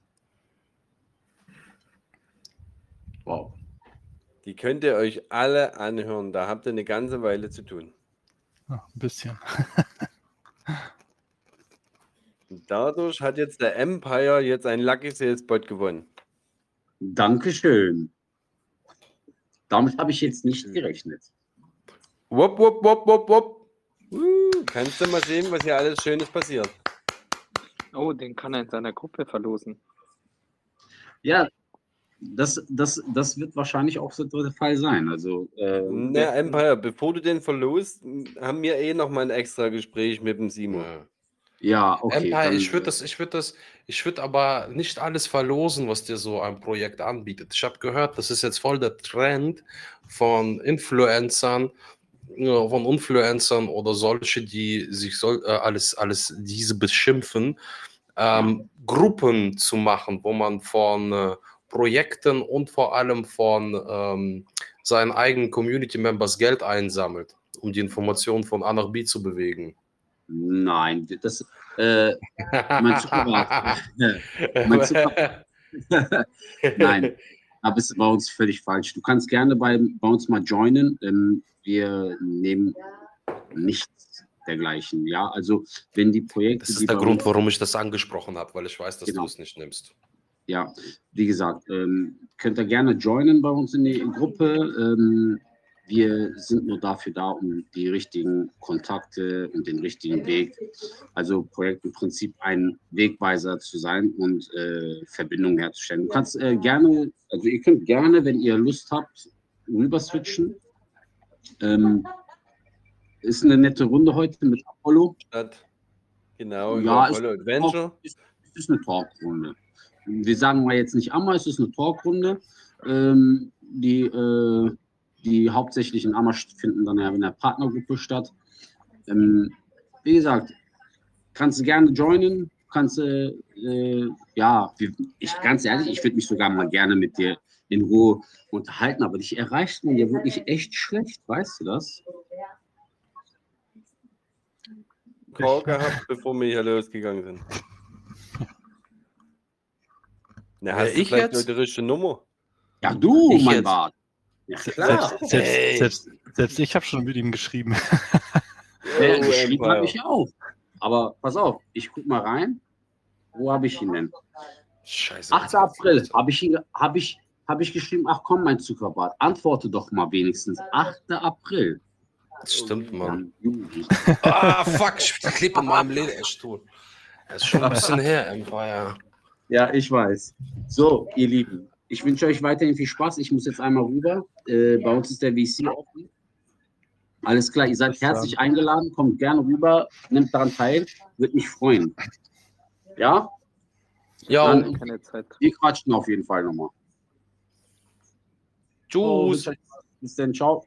Wow. Die könnt ihr euch alle anhören. Da habt ihr eine ganze Weile zu tun. Ja, ein bisschen. Und dadurch hat jetzt der Empire jetzt ein Lucky Sales Bot gewonnen. Dankeschön. Damit habe ich jetzt nicht gerechnet. Wupp, wupp, wupp, wupp, wupp. Uh, kannst du mal sehen, was hier alles Schönes passiert. Oh, den kann er in seiner Gruppe verlosen. Ja, das, das, das wird wahrscheinlich auch so der Fall sein. Also, äh, Na, Empire, bevor du den verlost, haben wir eh noch mal ein extra Gespräch mit dem Simon. Ja. ja, okay. Empire, dann, ich würde das, ich würde das, ich würde aber nicht alles verlosen, was dir so ein Projekt anbietet. Ich habe gehört, das ist jetzt voll der Trend von Influencern, ja, von Influencern oder solche, die sich soll, äh, alles, alles diese beschimpfen, ähm, Gruppen zu machen, wo man von äh, Projekten und vor allem von ähm, seinen eigenen Community Members Geld einsammelt, um die Informationen von A nach B zu bewegen. Nein, das, äh, mein Zuckerrad. mein Zuckerrad. Nein, aber es ist bei uns völlig falsch. Du kannst gerne bei, bei uns mal joinen. Ähm, wir nehmen nichts dergleichen. Ja, also wenn die Projekte. Das ist die der bei Grund, uns, warum ich das angesprochen habe, weil ich weiß, dass Genau. du es nicht nimmst. Ja, wie gesagt, ähm, könnt ihr gerne joinen bei uns in die Gruppe. Ähm, wir sind nur dafür da, um die richtigen Kontakte und den richtigen Weg, also Projekt im Prinzip ein Wegweiser zu sein und äh, Verbindungen herzustellen. Du kannst äh, gerne, also ihr könnt gerne, wenn ihr Lust habt, rüber switchen. Ähm, ist eine nette Runde heute mit Apollo. Statt, genau, Ja, über Apollo Adventure. Ist, ist eine Talkrunde. Wir sagen mal jetzt nicht Amma, es ist eine Talkrunde. Ähm, die, äh, die hauptsächlichen Amma finden dann ja in der Partnergruppe statt. Ähm, wie gesagt, kannst du gerne joinen, kannst du, äh, ja, ich, ganz ehrlich, ich würde mich sogar mal gerne mit dir in Ruhe unterhalten, aber dich erreicht man ja wirklich echt schlecht, weißt du das? Call gehabt, bevor wir hier losgegangen sind. Na, Wer, hast du ich vielleicht jetzt? noch die richtige Nummer? Ja, du, Ich mein jetzt? Bart. Ja, Se- klar. Selbst, selbst, Ey. selbst, selbst ich habe schon mit ihm geschrieben. Ja, Oh, geschrieben habe Empire. ich auch. Aber pass auf, ich guck mal rein. Wo habe ich ihn denn? Scheiße. achter April habe ich, ihn- hab ich, hab ich geschrieben, ach komm, mein Zuckerbart, antworte doch mal wenigstens. achter April. Das stimmt, Mann. Dann Juli. Ah, fuck, ich klebe in meinem Lederstuhl. Das ist schon ein bisschen her, Empire. Ja, ich weiß. So, ihr Lieben, ich wünsche euch weiterhin viel Spaß. Ich muss jetzt einmal rüber. Äh, bei uns ist der V C offen. Alles klar, ihr seid Bis dann. herzlich eingeladen. Kommt gerne rüber, nehmt daran teil. Würde mich freuen. Ja, Ja, Dann- Keine Zeit. wir quatschen auf jeden Fall nochmal. tschüss. Bis dann, ciao.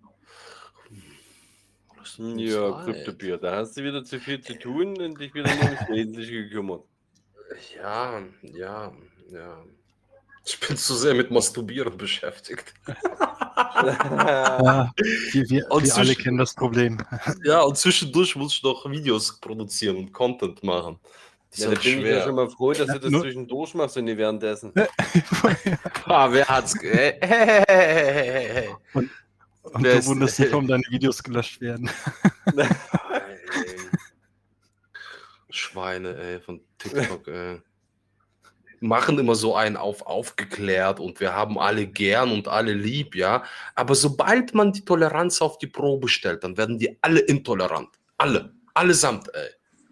Ja, Kryptobier, da hast du wieder zu viel zu tun und dich wieder nur ums Wesentliche gekümmert. Ja, ja, ja. Ich bin zu sehr mit Masturbieren beschäftigt. Ja, wir wir, Und wir alle zwischen- kennen das Problem. Ja, und zwischendurch muss ich noch Videos produzieren und Content machen. Das Ja, ist da bin ich ja schwer. schon mal froh, dass du das nur- zwischendurch machst und nicht währenddessen. Ah, wer hat's? ge- Hey, hey, hey, hey, hey, hey. Und Wer du ist- wunderst dich, warum deine Videos gelöscht werden. Ey. Schweine, ey, von TikTok, ey. Machen immer so einen auf aufgeklärt und wir haben alle gern und alle lieb, ja. Aber sobald man die Toleranz auf die Probe stellt, dann werden die alle intolerant. Alle. Allesamt, ey.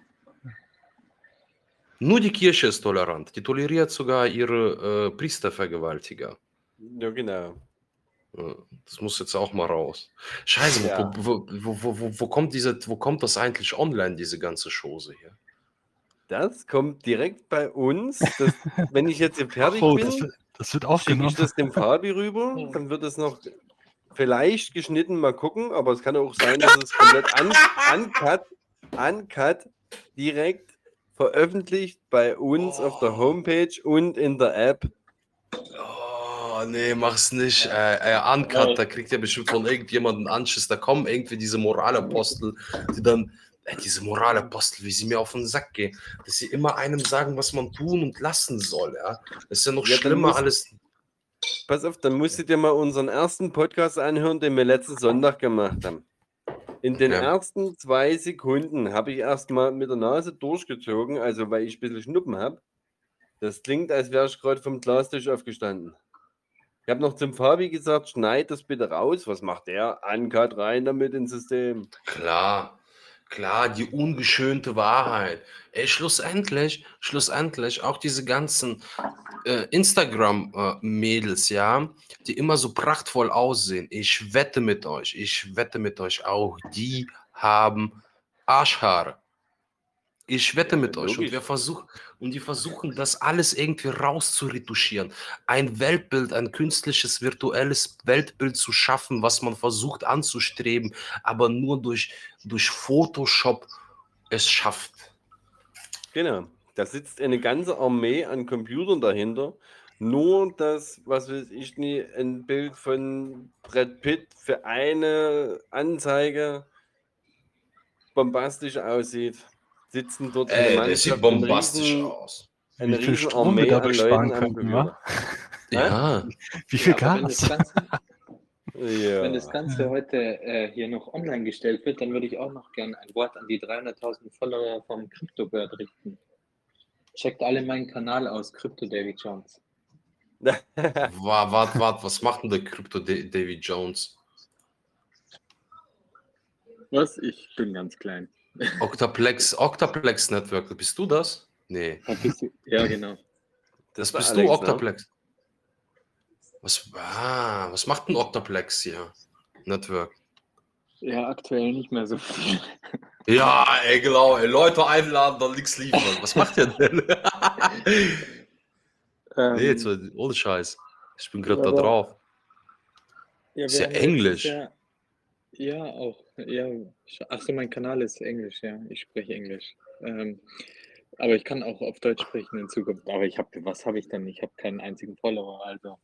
Nur die Kirche ist tolerant. Die toleriert sogar ihre äh, Priestervergewaltiger. Ja, genau. Ja, das muss jetzt auch mal raus. Scheiße, Ja. wo, wo, wo, wo, wo, kommt diese, wo kommt das eigentlich online, diese ganze Chose hier? Das kommt direkt bei uns. Das, wenn ich jetzt hier fertig Oh, bin, das, wird- das wird schicke aufgenommen. ich das dem Fabi rüber. Dann wird es noch vielleicht geschnitten, mal gucken. Aber es kann auch sein, dass es komplett un uncut, uncut direkt veröffentlicht bei uns auf der Oh. Homepage und in der App. Oh, nee, mach's nicht. Äh, äh, Uncut, da kriegt ihr bestimmt von irgendjemandem Anschiss. Da kommen irgendwie diese Moralapostel, die dann, äh, diese Moralapostel, wie sie mir auf den Sack gehen, dass sie immer einem sagen, was man tun und lassen soll. Ja? Das ist ja noch Ja, dann schlimmer muss- alles. Pass auf, dann musst du dir mal unseren ersten Podcast anhören, den wir letzten Sonntag gemacht haben. In den Ja. ersten zwei Sekunden habe ich erstmal mit der Nase durchgezogen, also weil ich ein bisschen Schnuppen habe. Das klingt, als wäre ich gerade vom Glastisch aufgestanden. Ich habe noch zum Fabi gesagt, schneid das bitte raus. Was macht der? Uncut rein damit ins System. Klar, klar, die ungeschönte Wahrheit. Ey, schlussendlich, schlussendlich auch diese ganzen äh, Instagram-Mädels, ja, die immer so prachtvoll aussehen. Ich wette mit euch, ich wette mit euch auch, die haben Arschhaare. Ich wette Ja, mit euch. Und logisch. wir versuchen, und die versuchen, das alles irgendwie rauszuretuschieren. Ein Weltbild, ein künstliches, virtuelles Weltbild zu schaffen, was man versucht anzustreben, aber nur durch, durch Photoshop es schafft. Genau. Da sitzt eine ganze Armee an Computern dahinter. Nur das, was weiß ich nie, ein Bild von Brad Pitt für eine Anzeige bombastisch aussieht, sitzen dort eine Ey, das sieht Mannschaft, ein bombastisch riesen, aus. Wie eine viel riesen Strom wir Armee an dadurch sparen Leuten am könnten, Computer. wa? Ja, Wie viel Ja, aber wenn das Gas? Ganze, Ja. wenn das Ganze heute äh, hier noch online gestellt wird, dann würde ich auch noch gerne ein Wort an die dreihunderttausend Follower vom CryptoBird richten. Checkt alle meinen Kanal aus, Crypto David Jones. warte, warte, warte, was macht denn der Crypto David Jones? Was? Ich bin ganz klein. Octaplex, Octaplex Network, bist du das? Nee, Ah, bist du? Ja, genau. das war bist Alex, du, ne? Octaplex. Was, ah, was macht ein Octaplex hier? Network. Ja, aktuell nicht mehr so viel. Ja, ey, genau, ey, Leute einladen, dann nichts liefern. Was macht ihr denn? Ähm, Nee, jetzt, ohne Scheiß. Ich bin gerade da aber- drauf. ja, Ist wir ja haben letztes Englisch. Jahr- ja, auch. Ja, achso, mein Kanal ist Englisch, ja. Ich spreche Englisch. Ähm, aber ich kann auch auf Deutsch sprechen in Zukunft. Aber ich habe, was habe ich denn? Ich habe keinen einzigen Follower, also.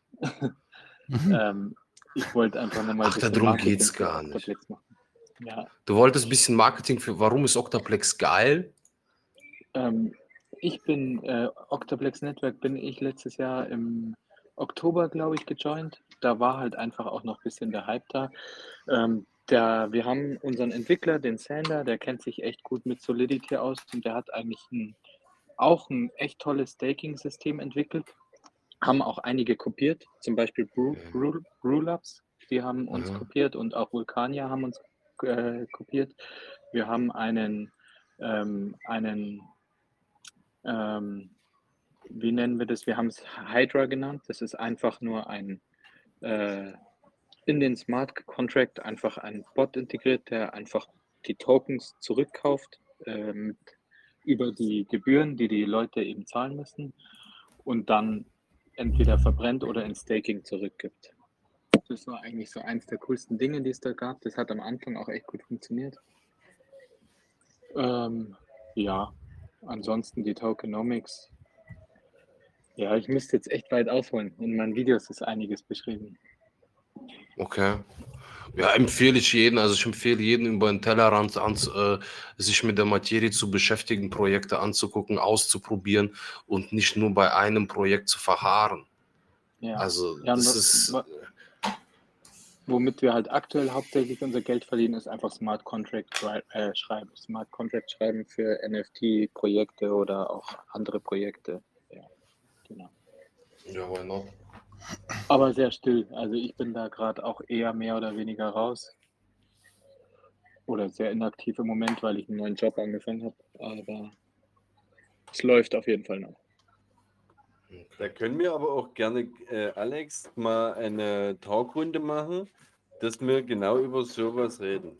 ähm, ich wollte einfach nochmal Ach, darum geht's gar nicht. Octaplex machen. Ja, Du wolltest ein bisschen Marketing für, warum ist Octaplex geil? ähm, ich bin, äh, Octaplex Network bin ich letztes Jahr im Oktober, glaube ich, gejoint. Da war halt einfach auch noch ein bisschen der Hype da. Ähm, der, wir haben unseren Entwickler, den Sander, der kennt sich echt gut mit Solidity aus und der hat eigentlich ein, auch ein echt tolles Staking-System entwickelt. Haben auch einige kopiert, zum Beispiel Brew, Brew, Brewlabs, die haben uns Mhm. kopiert und auch Vulkania haben uns äh, kopiert. Wir haben einen, ähm, einen ähm, wie nennen wir das? Wir haben es Hydra genannt. Das ist einfach nur ein äh, in den Smart Contract einfach ein Bot integriert, der einfach die Tokens zurückkauft ähm, über die Gebühren, die die Leute eben zahlen müssen und dann entweder verbrennt oder in Staking zurückgibt. Das war eigentlich so eins der coolsten Dinge, die es da gab. Das hat am Anfang auch echt gut funktioniert. Ähm, ja, ansonsten die Tokenomics. Ja, ich müsste jetzt echt weit ausholen. In meinen Videos ist einiges beschrieben. Okay. Ja, empfehle ich jeden, also ich empfehle jeden über den Tellerrand an, äh, sich mit der Materie zu beschäftigen, Projekte anzugucken, auszuprobieren und nicht nur bei einem Projekt zu verharren. Ja, Also ja, das was- ist, wa- womit wir halt aktuell hauptsächlich unser Geld verdienen, ist einfach Smart Contract schrei- äh, schreiben. Smart Contract schreiben für N F T-Projekte oder auch andere Projekte. Ja, genau. ja, why not? Aber sehr still. Also ich bin da gerade auch eher mehr oder weniger raus. Oder sehr inaktiv im Moment, weil ich einen neuen Job angefangen habe. Aber es läuft auf jeden Fall noch. Da können wir aber auch gerne, äh, Alex, mal eine Talkrunde machen, dass wir genau über sowas reden.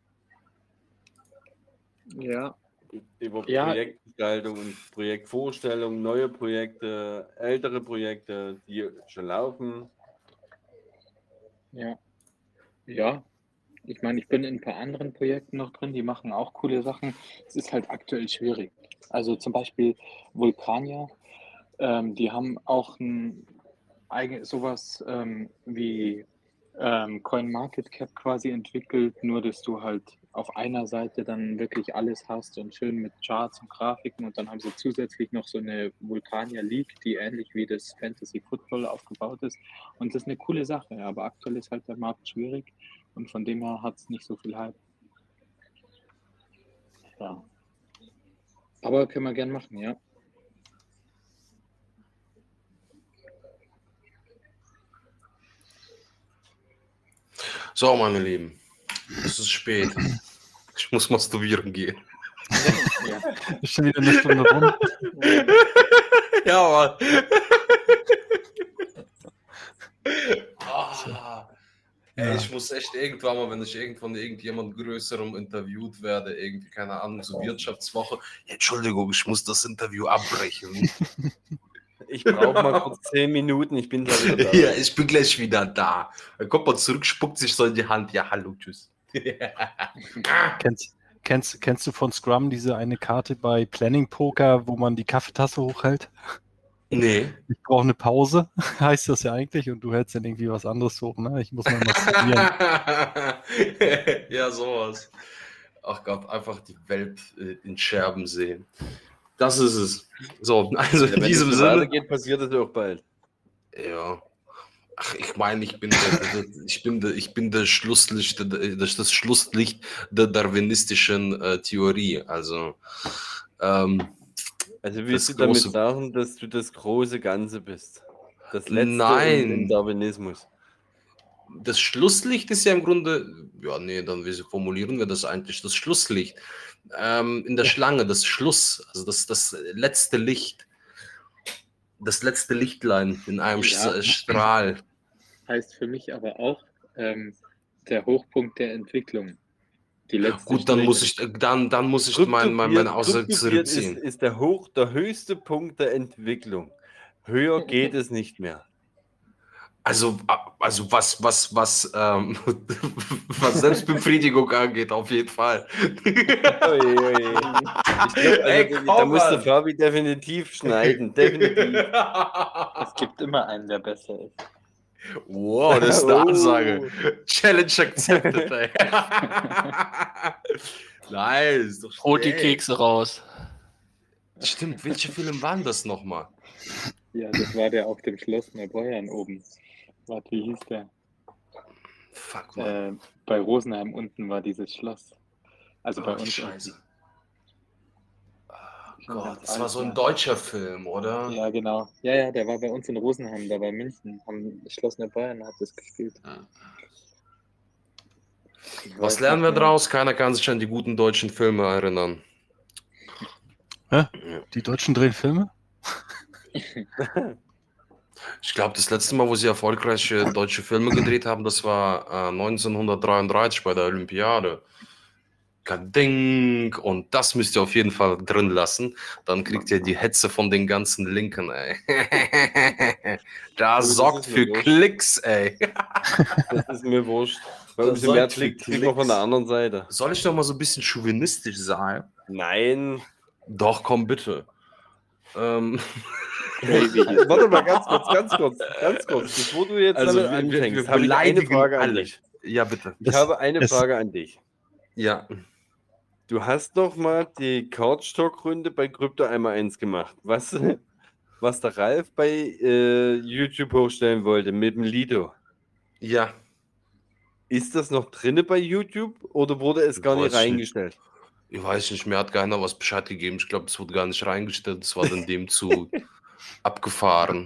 Ja, Über Ja. Projektgestaltung und Projektvorstellung, neue Projekte, ältere Projekte, die schon laufen. ja. Ja, Ich meine, ich bin in ein paar anderen Projekten noch drin, die machen auch coole Sachen. Es ist halt aktuell schwierig. Also zum Beispiel Vulkania, ähm, die haben auch ein eigen, sowas ähm, wie ähm, CoinMarketCap quasi entwickelt, nur dass du halt auf einer Seite dann wirklich alles hast und schön mit Charts und Grafiken, und dann haben sie zusätzlich noch so eine Vulkania League, die ähnlich wie das Fantasy Football aufgebaut ist, und das ist eine coole Sache, aber aktuell ist halt der Markt schwierig und von dem her hat es nicht so viel Hype. Ja. Aber können wir gern machen, ja. So, meine Lieben, es ist spät. Ich muss masturbieren gehen. Ja. Ist schon wieder eine Stunde rum. Ja, aber. Ah, ey, ich muss echt irgendwann mal, wenn ich irgendwann irgendjemand Größerem interviewt werde, irgendwie, keine Ahnung, so Wirtschaftswoche. Ja, Entschuldigung, ich muss das Interview abbrechen. Ich brauche mal kurz zehn Minuten, ich bin gleich wieder da. Ja, ich bin gleich wieder da. Dann kommt man zurück, spuckt sich so in die Hand. Ja, hallo, tschüss. Kennst, kennst, kennst du von Scrum diese eine Karte bei Planning Poker, wo man die Kaffeetasse hochhält? Nee. Ich brauche eine Pause, heißt das ja eigentlich, und du hältst dann irgendwie was anderes hoch, ne? Ich muss mal masturbieren. Ja, sowas. Ach Gott, einfach die Welt äh, in Scherben sehen. Das ist es. So, also Ja, in wenn diesem das so Sinne. weitergeht, passiert das auch bald. Ja. Ach, ich meine, ich bin der, der, ich bin der, ich bin der Schlusslicht, das, das Schlusslicht der darwinistischen äh, Theorie. Also, ähm, Also willst Das du damit große- sagen, dass du das große Ganze bist? Das letzte Nein. Im, im Darwinismus. das Schlusslicht ist ja im Grunde, ja, nee, dann wie formulieren wir das eigentlich? Das Schlusslicht. Ähm, in der Schlange, das Schluss, also das, das letzte Licht. Das letzte Lichtlein in einem Ja. Sch- Strahl. Heißt für mich aber auch ähm, der Hochpunkt der Entwicklung. Die letzte Gut, dann Strecke. muss ich, dann, dann muss ich mein, mein, meine Aussage Kryptobiert ist, zurückziehen. ist der, hoch, der höchste Punkt der Entwicklung. Höher geht es nicht mehr. Also, also was, was, was, ähm, was Selbstbefriedigung angeht, auf jeden Fall. Oje, oje. Ich glaub, also, Ey, da komm, muss der Mann. Fabi definitiv schneiden. Definitiv. Es gibt immer einen, der besser ist. Wow, das ist eine Oh. Ansage. Challenge accepted, ey. Nein, ist doch Holt die ey. Kekse raus. Stimmt, welche Film waren das nochmal? Ja, das war der auf dem Schloss Neubeuern oben. Warte, wie hieß der? Fuck, Mann. Äh, bei Rosenheim unten war dieses Schloss. Also bei Ach, uns. Scheiße. unten. Oh Schon Gott, ganz das war alt, so ein ja. deutscher Film, oder? Ja, genau. Ja, ja, der war bei uns in Rosenheim, da bei München. Am Schloss Neubeuern hat das gespielt. Ich Was weiß lernen wir nicht mehr. draus? Keiner kann sich an die guten deutschen Filme erinnern. Die Deutschen drehen Filme? Ich glaube, das letzte Mal, wo sie erfolgreiche deutsche Filme gedreht haben, das war äh, neunzehnhundertdreiunddreißig bei der Olympiade. Kading! Und das müsst ihr auf jeden Fall drin lassen. Dann kriegt ihr die Hetze von den ganzen Linken, ey. Da das sorgt ist mir für wurscht. Klicks, ey. Das ist mir wurscht. Weil Das umso soll mehr für Klick kriegen wir von der anderen Seite. Soll ich noch mal so ein bisschen chauvinistisch sein? Nein. Doch, komm bitte. Ähm, Warte mal, ganz kurz, ganz kurz, ganz kurz. Bevor du jetzt also, damit wir, wir, anfängst, wir habe ich eine beleidigen Frage an alle. dich. Ja, bitte. Ich Es- habe eine es- Frage an dich. Ja. Du hast doch mal die Couch Talk Runde bei Krypto einmal eins gemacht. Was, was der Ralf bei äh, YouTube hochstellen wollte mit dem Lido. Ja. Ist das noch drinne bei YouTube oder wurde es gar Weiß nicht ich reingestellt? Ich weiß nicht, mir hat keiner was Bescheid gegeben. Ich glaube, das wurde gar nicht reingestellt. Das war dann dem zu abgefahren.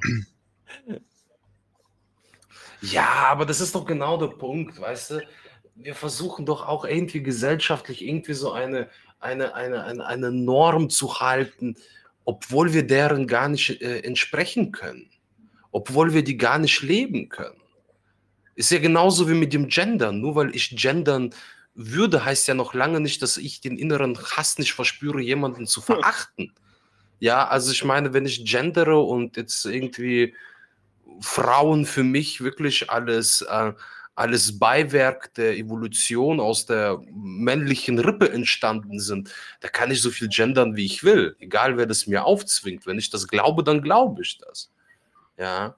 Ja, aber das ist doch genau der Punkt, weißt du? Wir versuchen doch auch irgendwie gesellschaftlich irgendwie so eine, eine, eine, eine, eine Norm zu halten, obwohl wir deren gar nicht äh, entsprechen können. Obwohl wir die gar nicht leben können. Ist ja genauso wie mit dem Gendern. Nur weil ich gendern würde, heißt ja noch lange nicht, dass ich den inneren Hass nicht verspüre, jemanden zu verachten. Ja, also ich meine, wenn ich gendere und jetzt irgendwie Frauen für mich wirklich alles äh, alles Beiwerk der Evolution aus der männlichen Rippe entstanden sind, da kann ich so viel gendern, wie ich will. Egal, wer das mir aufzwingt. Wenn ich das glaube, dann glaube ich das. Ja.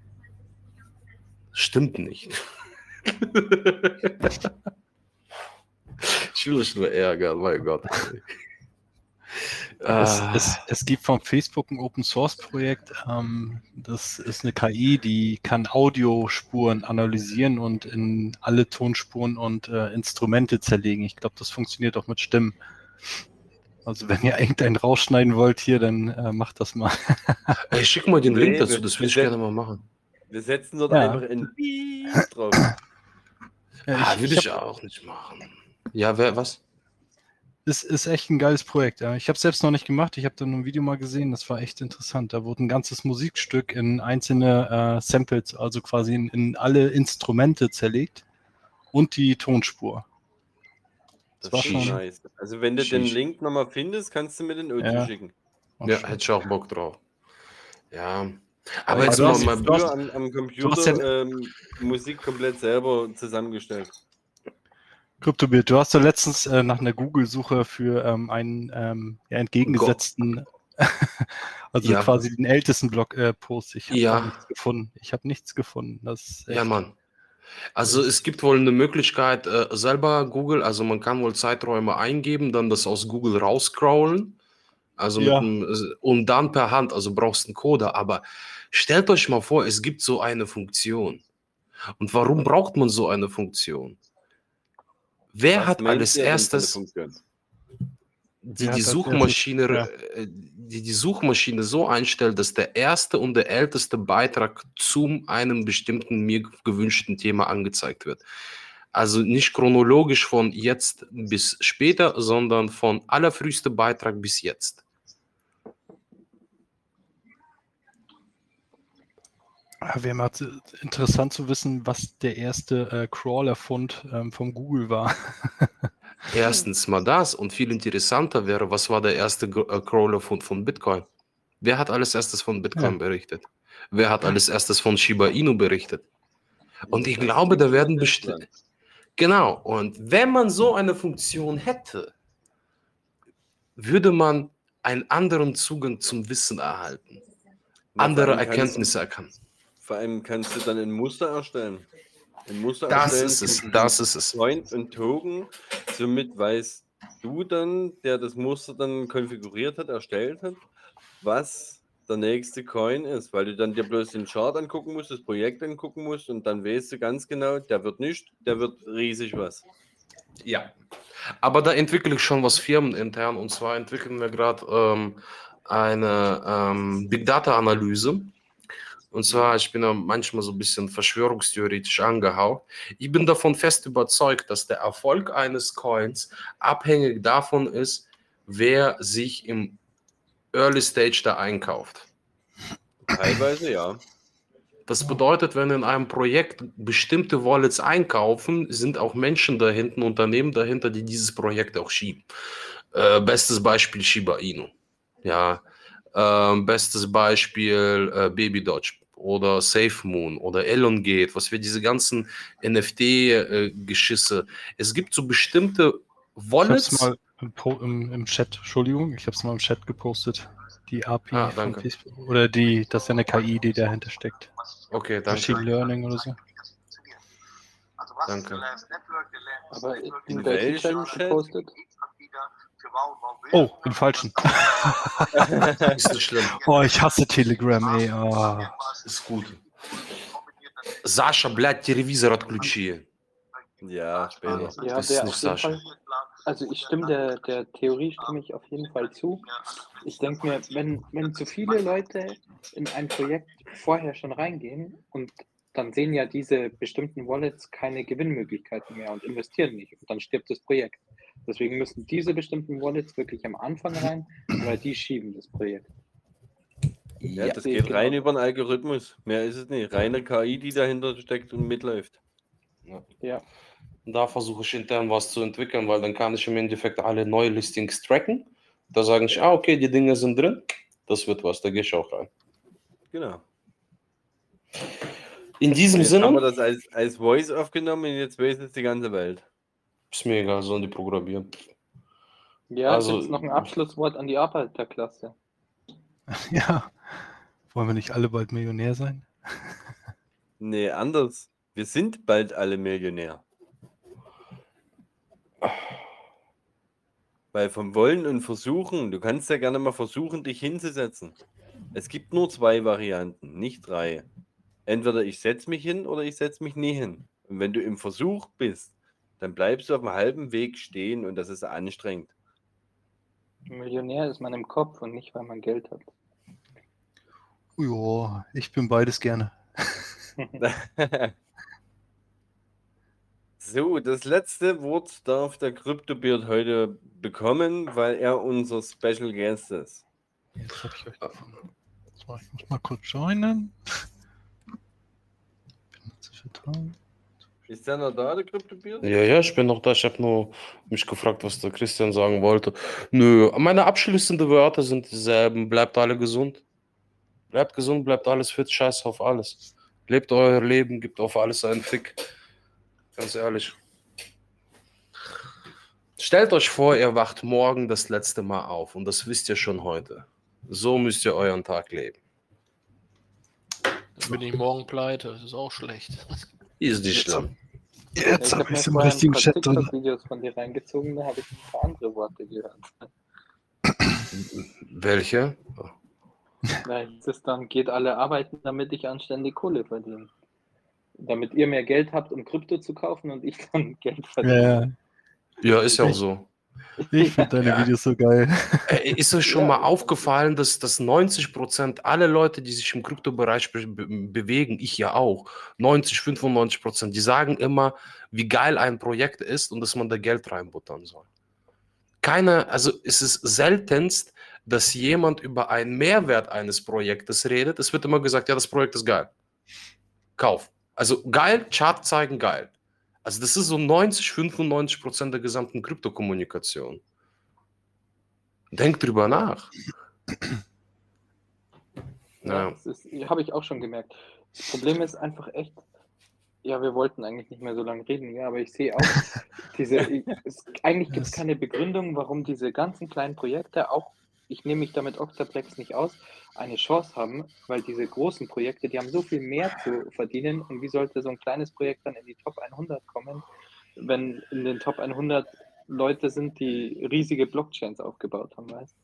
Stimmt nicht. Ich will euch nur ärgern, mein Gott. Es, es, es gibt von Facebook ein Open-Source-Projekt, ähm, das ist eine K I, die kann Audiospuren analysieren und in alle Tonspuren und äh, Instrumente zerlegen. Ich glaube, das funktioniert auch mit Stimmen. Also wenn ihr irgendeinen rausschneiden wollt hier, dann äh, macht das mal. Ey, schick mal den Nee, Link dazu, wir- das wir will ich set- gerne mal machen. Wir setzen dort Ja. einfach ein Piep drauf. Ja, Ah, ich- will ich ich auch nicht machen. Ja, wer, was? Es ist echt ein geiles Projekt. Ja. Ich habe es selbst noch nicht gemacht. Ich habe da nur ein Video mal gesehen. Das war echt interessant. Da wurde ein ganzes Musikstück in einzelne äh, Samples, also quasi in, in alle Instrumente zerlegt und die Tonspur. Das war ist schon- nice. Also wenn du den Sheesh. Link nochmal findest, kannst du mir den Audio Ja. schicken. War Ja, schon- hätte ich auch Bock drauf. Ja. Aber Aber jetzt du mal, hast mal du hast- früher am, am Computer hast ja- ähm, Musik komplett selber zusammengestellt. Kryptobild, du hast ja letztens äh, nach einer Google-Suche für ähm, einen ähm, ja, entgegengesetzten, also Ja. quasi den ältesten Blog-Post. ich habe Ja. nichts gefunden. Ich habe nichts gefunden. Das ist Ja, echt- Mann. Also es gibt wohl eine Möglichkeit, äh, selber Google, also man kann wohl Zeiträume eingeben, dann das aus Google rausscrollen, also Ja. mit einem, äh, und dann per Hand, also brauchst einen Coder, aber stellt euch mal vor, es gibt so eine Funktion. Und warum braucht man so eine Funktion? Wer Was hat meint als ihr denn für eine erstes Funktion? die, Wer die hat als Suchmaschine, erstes- äh, die die Suchmaschine so einstellt, dass der erste und der älteste Beitrag zu einem bestimmten mir gewünschten Thema angezeigt wird. Also nicht chronologisch von jetzt bis später, sondern von allerfrühster Beitrag bis jetzt. Ja, wäre mal zu- interessant zu wissen, was der erste äh, Crawler-Fund ähm, vom Google war. Erstens mal das und viel interessanter wäre, was war der erste Gr- äh, Crawler-Fund von Bitcoin? Wer hat alles erstes von Bitcoin Ja. berichtet? Wer hat alles erstes von Shiba Inu berichtet? Und ich glaube, da werden bestimmt. Genau, und wenn man so eine Funktion hätte, würde man einen anderen Zugang zum Wissen erhalten, Na, andere vor allem kannst- Erkenntnisse erkennen. Vor allem kannst du dann ein Muster erstellen. Ein Muster Das erstellen ist es, von das ist es. Coin und Token. Somit weißt du dann, der das Muster dann konfiguriert hat, erstellt hat, was der nächste Coin ist, weil du dann dir bloß den Chart angucken musst, das Projekt angucken musst und dann weißt du ganz genau, der wird nicht, der wird riesig was. Ja. Aber da entwickle ich schon was firmenintern und zwar entwickeln wir gerade ähm, eine ähm, Big Data Analyse. Und zwar, ich bin ja manchmal so ein bisschen verschwörungstheoretisch angehaucht. Ich bin davon fest überzeugt, dass der Erfolg eines Coins abhängig davon ist, wer sich im Early Stage da einkauft. Teilweise ja. Das bedeutet, wenn in einem Projekt bestimmte Wallets einkaufen, sind auch Menschen dahinter, Unternehmen dahinter, die dieses Projekt auch schieben. Äh, bestes Beispiel Shiba Inu. Ja, äh, bestes Beispiel äh, Baby Dodge oder SafeMoon oder Elongate, was wir diese ganzen N F T-Geschisse. Es gibt so bestimmte Ich habe Wallets. es mal im, Po- im, im Chat, Entschuldigung, ich habe es mal im Chat gepostet. Die A P I Ah, von danke. Facebook. Oder die, das ist ja eine K I, die dahinter steckt. Okay, Machine danke. Learning oder so. Danke. Aber in, In in welchem welchem Chat Chat? gepostet? Oh, im falschen. Ist nicht schlimm. Oh, ich hasse Telegram, ey. Oh. Ist gut. Sascha, блядь, телевизор отключи. Ja, später. Ja, Das ist der nicht auf jeden Sascha. Fall. Also ich stimme der, der Theorie stimme ich auf jeden Fall zu. Ich denke mir, wenn, wenn zu viele Leute in ein Projekt vorher schon reingehen und dann sehen ja diese bestimmten Wallets keine Gewinnmöglichkeiten mehr und investieren nicht und dann stirbt das Projekt. Deswegen müssen diese bestimmten Wallets wirklich am Anfang rein, weil die schieben das Projekt. Ja, das sehe ich geht rein genau. über einen Algorithmus. Mehr ist es nicht. Reine K I, die dahinter steckt und mitläuft. Ja, Da versuche ich intern was zu entwickeln, weil dann kann ich im Endeffekt alle Neulistings tracken. Da sage ich, ah, okay, die Dinge sind drin. Das wird was, da gehe ich auch rein. Genau. In diesem Jetzt haben wir Sinne das als, als Voice aufgenommen und jetzt weiß es die ganze Welt. ist mir egal, sollen die programmieren. Ja, Also, jetzt noch ein Abschlusswort an die Arbeiterklasse. Ja. Wollen wir nicht alle bald Millionär sein? Nee, anders. Wir sind bald alle Millionär. Weil vom Wollen und Versuchen, du kannst ja gerne mal versuchen, dich hinzusetzen. Es gibt nur zwei Varianten, nicht drei. Entweder ich setze mich hin oder ich setze mich nie hin. Und wenn du im Versuch bist, dann bleibst du auf dem halben Weg stehen und das ist anstrengend. Millionär ist man im Kopf und nicht, weil man Geld hat. Ja, ich bin beides gerne. So, das letzte Wort darf der Kryptobeard heute bekommen, weil er unser Special Guest ist. Jetzt habe ich euch gefunden. So, ich muss mal kurz joinen. Benutze Vertrauen. Ist der noch da, der Kryptobeard? ja, ja, ich bin noch da. Ich habe nur mich gefragt, was der Christian sagen wollte. Nö, meine abschließenden Wörter sind dieselben. Bleibt alle gesund. Bleibt gesund, bleibt alles fit. Scheiß auf alles. Lebt euer Leben, gibt auf alles einen Fick. Ganz ehrlich. Stellt euch vor, ihr wacht morgen das letzte Mal auf und das wisst ihr schon heute. So müsst ihr euren Tag leben. Dann bin ich morgen pleite. Das ist auch schlecht. Ist nicht schlimm. Jetzt ich habe habe ich mir es im vorher ein richtigen paar Chat drin. TikTok-Videos von dir reingezogen, da habe ich ein paar andere Worte gehört. Welche? Da hieß es dann, geht alle arbeiten, damit ich anständig Kohle verdiene. Damit ihr mehr Geld habt, um Krypto zu kaufen und ich dann Geld verdiene. Ja, Ja, ist ja auch Ich- so. ich finde deine Ja. Videos so geil. Äh, Ist euch schon Ja, mal ist aufgefallen, dass, dass neunzig Prozent aller Leute, die sich im Kryptobereich be be bewegen, ich ja auch, neunzig, fünfundneunzig Prozent, die sagen immer, wie geil ein Projekt ist und dass man da Geld reinbuttern soll. Keiner, also es ist seltenst, dass jemand über einen Mehrwert eines Projektes redet. Es wird immer gesagt, ja, das Projekt ist geil. Kauf. Also geil, Chart zeigen, geil. Also das ist so neunzig, fünfundneunzig Prozent der gesamten Kryptokommunikation. Denkt drüber nach. Ja, Ja. das ist, habe ich auch schon gemerkt. Das Problem ist einfach echt, ja, wir wollten eigentlich nicht mehr so lange reden, ja, aber ich sehe auch, diese, es, eigentlich gibt es Es- keine Begründung, warum diese ganzen kleinen Projekte, auch, ich nehme mich damit Octaplex nicht aus, eine Chance haben, weil diese großen Projekte, die haben so viel mehr zu verdienen und wie sollte so ein kleines Projekt dann in die Top hundert kommen, wenn in den Top hundert Leute sind, die riesige Blockchains aufgebaut haben, weißt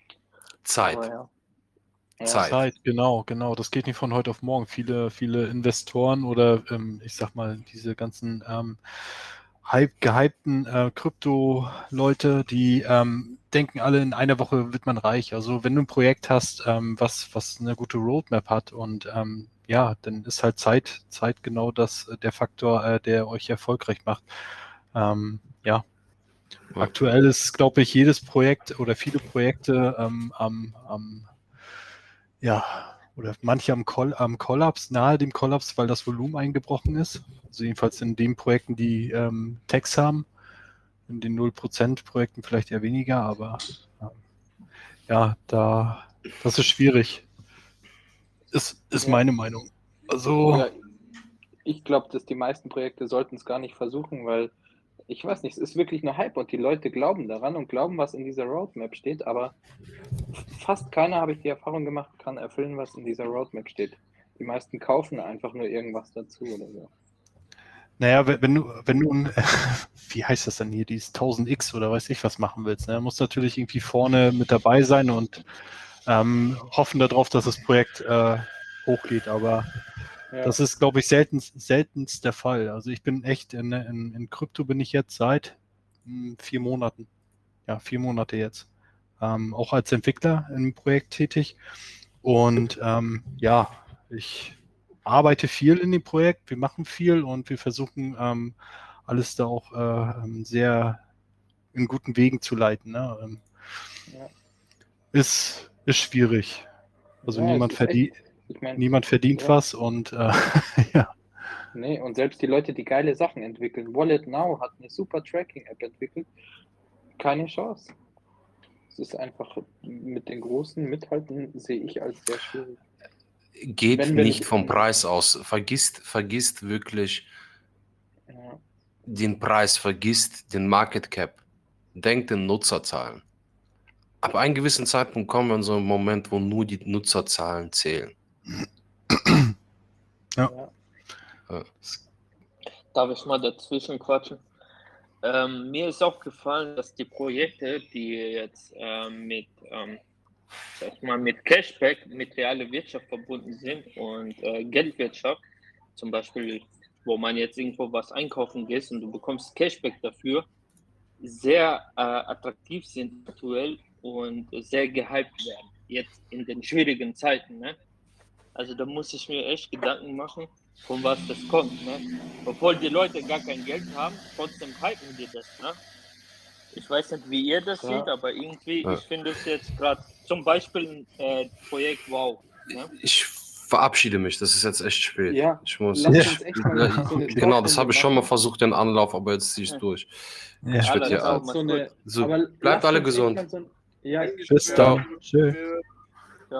Zeit. Aber ja. Ja. Zeit. Zeit, genau, genau. Das geht nicht von heute auf morgen. Viele, viele Investoren oder ähm, ich sag mal, diese ganzen ähm, hype, gehypten äh, Krypto-Leute, die ähm, denken alle, in einer Woche wird man reich. Also wenn du ein Projekt hast, ähm, was, was eine gute Roadmap hat und ähm, ja, dann ist halt Zeit, Zeit genau das, äh, der Faktor, äh, der euch erfolgreich macht. Ähm, ja. Ja. Aktuell ist, glaube ich, jedes Projekt oder viele Projekte ähm, am, am ja, oder manche am, Koll am Kollaps, nahe dem Kollaps, weil das Volumen eingebrochen ist. Also jedenfalls in den Projekten, die ähm, Techs haben. In den null Prozent Projekten vielleicht eher weniger, aber ähm, ja, da, das ist schwierig. Ist, ist Ja. meine Meinung. Also, Ja, ich glaube, dass die meisten Projekte sollten es gar nicht versuchen, weil ich weiß nicht, es ist wirklich nur Hype und die Leute glauben daran und glauben, was in dieser Roadmap steht, aber fast keiner, habe ich die Erfahrung gemacht, kann erfüllen, was in dieser Roadmap steht. Die meisten kaufen einfach nur irgendwas dazu oder so. naja, wenn wenn du, wenn du, ein, wie heißt das dann hier, dieses tausend X oder weiß ich was machen willst, ne, muss natürlich irgendwie vorne mit dabei sein und ähm, hoffen darauf, dass das Projekt äh, hochgeht, aber Ja. das ist, glaube ich, seltenst, seltenst der Fall. Also ich bin echt, in, in, in Krypto bin ich jetzt seit mh, vier Monaten, ja, vier Monate jetzt, ähm, auch als Entwickler im Projekt tätig. Und ähm, ja, ich arbeite viel in dem Projekt, wir machen viel und wir versuchen ähm, alles da auch äh, ähm, sehr in guten Wegen zu leiten. Ne? Ähm, Ja. ist, ist schwierig. Also Ja, es niemand, ist verdient, echt, ich meine, niemand verdient ja. was und äh, ja. nee, und selbst die Leute, die geile Sachen entwickeln, Wallet Now hat eine super Tracking-App entwickelt, keine Chance. Es ist einfach mit den Großen mithalten, sehe ich als sehr schwierig. geht Wenn wir nicht nicht vom an- Preis aus. Vergisst, vergisst wirklich Ja. den Preis, vergisst den Market Cap. Denkt in Nutzerzahlen. Ab einem gewissen Zeitpunkt kommen wir in so einen Moment, wo nur die Nutzerzahlen zählen. Ja. Ja. Ja. Darf ich mal dazwischen quatschen? Ähm, mir ist auch gefallen, dass die Projekte, die jetzt ähm, mit, ähm, sag ich mal, mit Cashback, mit realer Wirtschaft verbunden sind und äh, Geldwirtschaft, zum Beispiel, wo man jetzt irgendwo was einkaufen geht und du bekommst Cashback dafür, sehr äh, attraktiv sind aktuell und sehr gehypt werden, jetzt in den schwierigen Zeiten. Ne? Also da muss ich mir echt Gedanken machen, von was das kommt. Ne? Obwohl die Leute gar kein Geld haben, trotzdem hypen die das. Ne? Ich weiß nicht, wie ihr das Ja. seht, aber irgendwie, Ja. ich finde es jetzt gerade zum Beispiel ein äh, Projekt Wow. Ne? Ich verabschiede mich, das ist jetzt echt spät. Ja, Ich muss, lass ich, uns echt mal ja, so eine genau, das Talkrunde habe ich schon mal machen. versucht, den Anlauf, aber jetzt ziehe ich es Ja. durch. Ja. Ich werd Alles hier klar, alt. So mach's eine, gut. So, aber bleibt lasst alle uns echt gesund. mal so ein, ja, Bis Ja. dann. Tschö. Ja.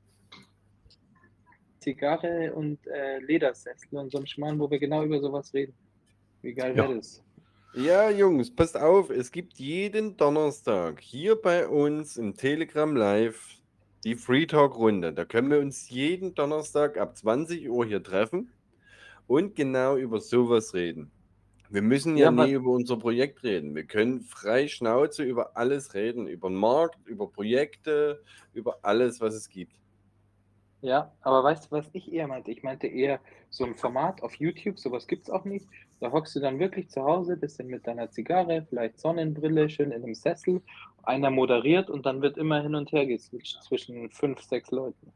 Zigarre und äh, Ledersessel und so ein Schmarrn, wo wir genau über sowas reden. Wie geil Ja. wäre das? Ja, Jungs, passt auf, es gibt jeden Donnerstag hier bei uns im Telegram Live die Free Talk Runde. Da können wir uns jeden Donnerstag ab zwanzig Uhr hier treffen und genau über sowas reden. Wir müssen ja, Ja, nie aber- über unser Projekt reden. Wir können frei Schnauze über alles reden. Über den Markt, über Projekte, über alles, was es gibt. Ja, aber weißt du, was ich eher meinte? Ich meinte eher so ein Format auf YouTube, sowas gibt es auch nicht. Da hockst du dann wirklich zu Hause, bisschen mit deiner Zigarre, vielleicht Sonnenbrille, schön in einem Sessel. Einer moderiert und dann wird immer hin und her geswitcht zwischen fünf, sechs Leuten.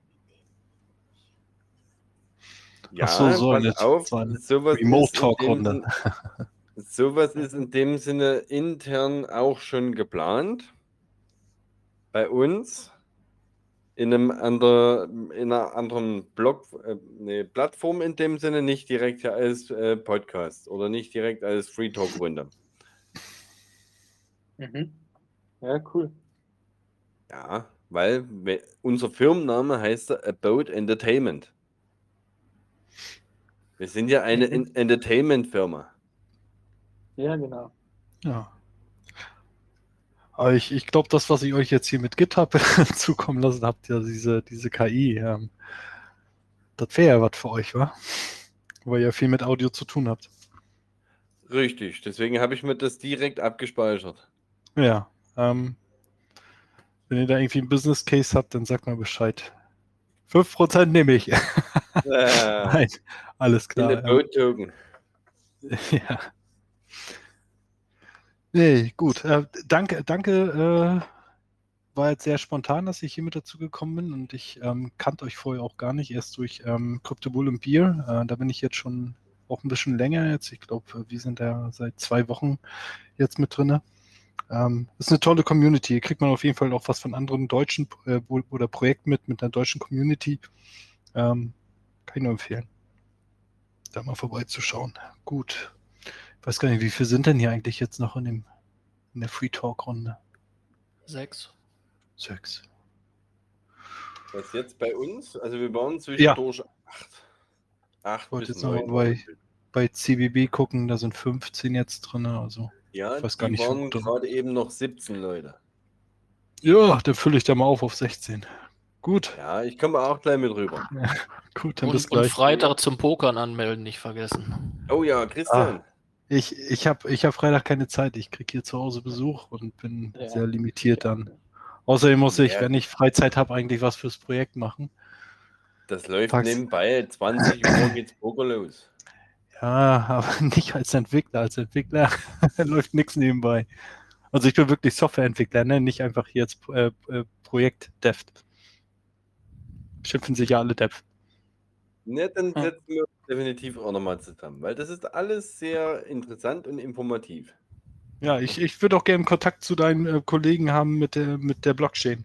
Ja, Ach so, so pass eine- auf, so eine sowas ist in dem Remote-Talk-Runde. Sinn- sowas ist in dem Sinne intern auch schon geplant. Bei uns in einem ander, in einer anderen Blog, äh, nee, Plattform in dem Sinne, nicht direkt als äh, Podcast oder nicht direkt als Free Talk Runde. Mhm. Ja, cool. Ja, weil we- unser Firmenname heißt ja About Entertainment. Wir sind ja eine Mhm. En- Entertainment-Firma. Ja, genau. Ja. Aber ich, ich glaube, das, was ich euch jetzt hier mit GitHub zukommen lassen habt, ja diese, diese K I, ähm, das wäre ja was für euch, wa? Weil ihr viel mit Audio zu tun habt. Richtig, deswegen habe ich mir das direkt abgespeichert. Ja. Ähm, wenn ihr da irgendwie einen Business Case habt, dann sagt mal Bescheid. fünf Prozent nehme ich. Äh, Nein, alles in klar. der Boat-Token. Ähm, ja. Nee, gut. Äh, danke, danke. Äh, war jetzt sehr spontan, dass ich hier mit dazu gekommen bin und ich ähm, kannte euch vorher auch gar nicht, erst durch ähm, Crypto Bull und Beer. Äh, da bin ich jetzt schon auch ein bisschen länger jetzt. Ich glaube, wir sind da seit zwei Wochen jetzt mit drin. Ähm, ist eine tolle Community. Hier kriegt man auf jeden Fall auch was von anderen deutschen äh, oder Projekten mit, mit einer deutschen Community. Ähm, kann ich nur empfehlen, da mal vorbeizuschauen. Gut. Ich weiß gar nicht, wie viele sind denn hier eigentlich jetzt noch in, dem, in der Free Talk Runde? Sechs. Sechs. Was jetzt bei uns? Also wir waren Ja. zwischendurch acht. Acht Ich wollte bis jetzt nochmal neun. bei, bei C B B gucken, da sind fünfzehn jetzt drin. Also, Ja, ich weiß gar die nicht, wie waren drin. gerade eben noch siebzehn Leute. Ja, dann fülle ich da mal auf auf sechzehn. Gut, Ja, ich komme auch gleich mit rüber. gut, dann bis Und, und gleich. Freitag zum Pokern anmelden, nicht vergessen. Oh ja, Christian. Ich, ich habe ich hab Freitag keine Zeit. Ich kriege hier zu Hause Besuch und bin Ja. sehr limitiert dann. Außerdem muss ich, Ja. wenn ich Freizeit habe, eigentlich was fürs Projekt machen. Das läuft Tags- nebenbei. zwanzig Uhr geht's Poker los. Ja, aber nicht als Entwickler. Als Entwickler läuft nichts nebenbei. Also ich bin wirklich Softwareentwickler, ne? Nicht einfach hier jetzt äh, äh, Projekt-Dev. Schimpfen sich ja alle Dev. Ne, dann Hm. setzen wir uns definitiv auch nochmal zusammen, weil das ist alles sehr interessant und informativ. Ja, ich, ich würde auch gerne Kontakt zu deinen äh, Kollegen haben mit der, mit der Blockchain.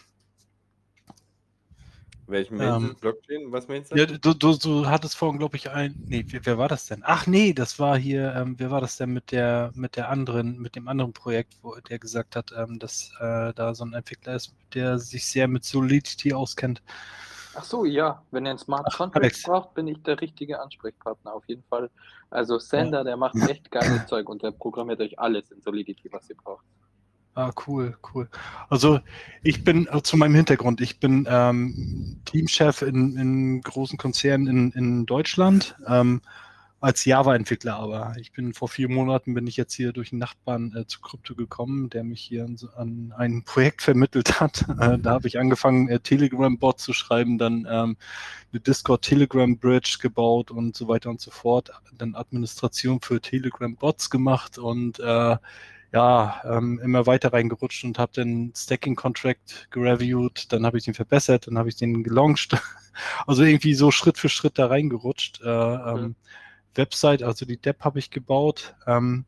Welchen meinst du? Ähm, Blockchain? Was meinst du? Ja, du, du, du hattest vorhin, glaube ich, ein. Nee, wer, wer war das denn? Ach nee, das war hier, ähm, wer war das denn mit der, mit der anderen, mit dem anderen Projekt, wo der gesagt hat, ähm, dass äh, da so ein Entwickler ist, der sich sehr mit Solidity auskennt. Ach so, ja, wenn ihr 'n Smart Ach, Contract Alex. braucht, bin ich der richtige Ansprechpartner auf jeden Fall. Also Sander, der macht echt geiles Zeug und der programmiert euch alles in Solidity, was ihr braucht. Ah, cool, cool. Also ich bin äh, zu meinem Hintergrund, ich bin ähm, Teamchef in, in großen Konzernen in, in Deutschland ähm, als Java-Entwickler, aber ich bin vor vier Monaten bin ich jetzt hier durch einen Nachbarn äh, zu Krypto gekommen, der mich hier an, so- an ein Projekt vermittelt hat. Äh, da habe ich angefangen, äh, Telegram-Bot zu schreiben, dann ähm, eine Discord-Telegram-Bridge gebaut und so weiter und so fort, dann Administration für Telegram-Bots gemacht und äh, ja, ähm, immer weiter reingerutscht und habe den Stacking-Contract gereviewt, dann habe ich den verbessert, dann habe ich den gelauncht. Also irgendwie so Schritt für Schritt da reingerutscht. Äh, ähm, Website, also die Dep habe ich gebaut. Ähm,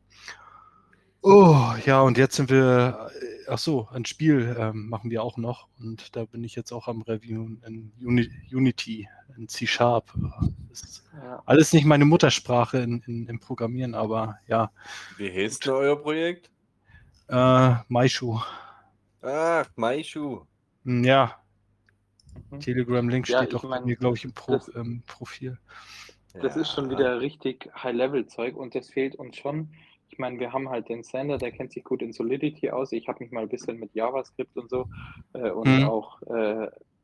oh, ja, und jetzt sind wir, äh, ach so, ein Spiel ähm, machen wir auch noch und da bin ich jetzt auch am Reviewen in Uni, Unity, in C-Sharp. Das ist Ja. alles nicht meine Muttersprache in, in, im Programmieren, aber ja, Wie heißt denn euer Projekt? äh, Maishu. Ach, Maishu. Hm, Ja, Mhm. Telegram-Link Ja, steht ich auch bei mein, mir, glaube ich, im Pro, das ähm, Profil. das ist schon Ja. wieder richtig High-Level-Zeug und das fehlt uns schon. Ich meine, wir haben halt den Sander, der kennt sich gut in Solidity aus. Ich habe mich mal ein bisschen mit JavaScript und so äh, und Mhm. auch äh,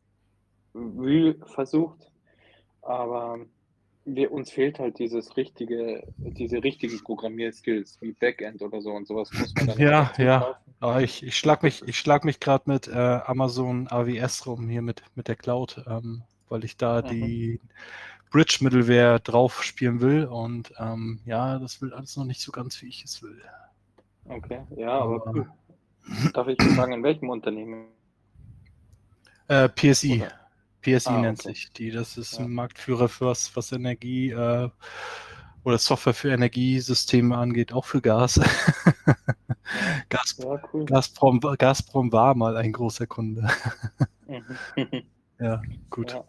Vue versucht, aber wir, uns fehlt halt dieses richtige, diese richtigen Programmierskills wie Backend oder so und sowas muss man dann immer Ja, dazu ja. kaufen. Aber ich, ich Und schlag das mich, ich ist, schlag mich gerade mit äh, Amazon A W S rum hier mit, mit der Cloud, ähm, weil ich da mhm. die Bridge-Middleware drauf spielen will und ähm, ja, das will alles noch nicht so ganz, wie ich es will. Okay, ja, aber Aber cool. Darf ich fragen, in welchem Unternehmen? äh, P S I, Oder? P S I Ah, nennt okay. sich die. Das ist Ja. ein Marktführer für was, was Energie äh, oder Software für Energiesysteme angeht, auch für Gas. Ja, Gas ja, cool. Gazprom, Gazprom war mal ein großer Kunde. Mhm. Ja, gut. Ja,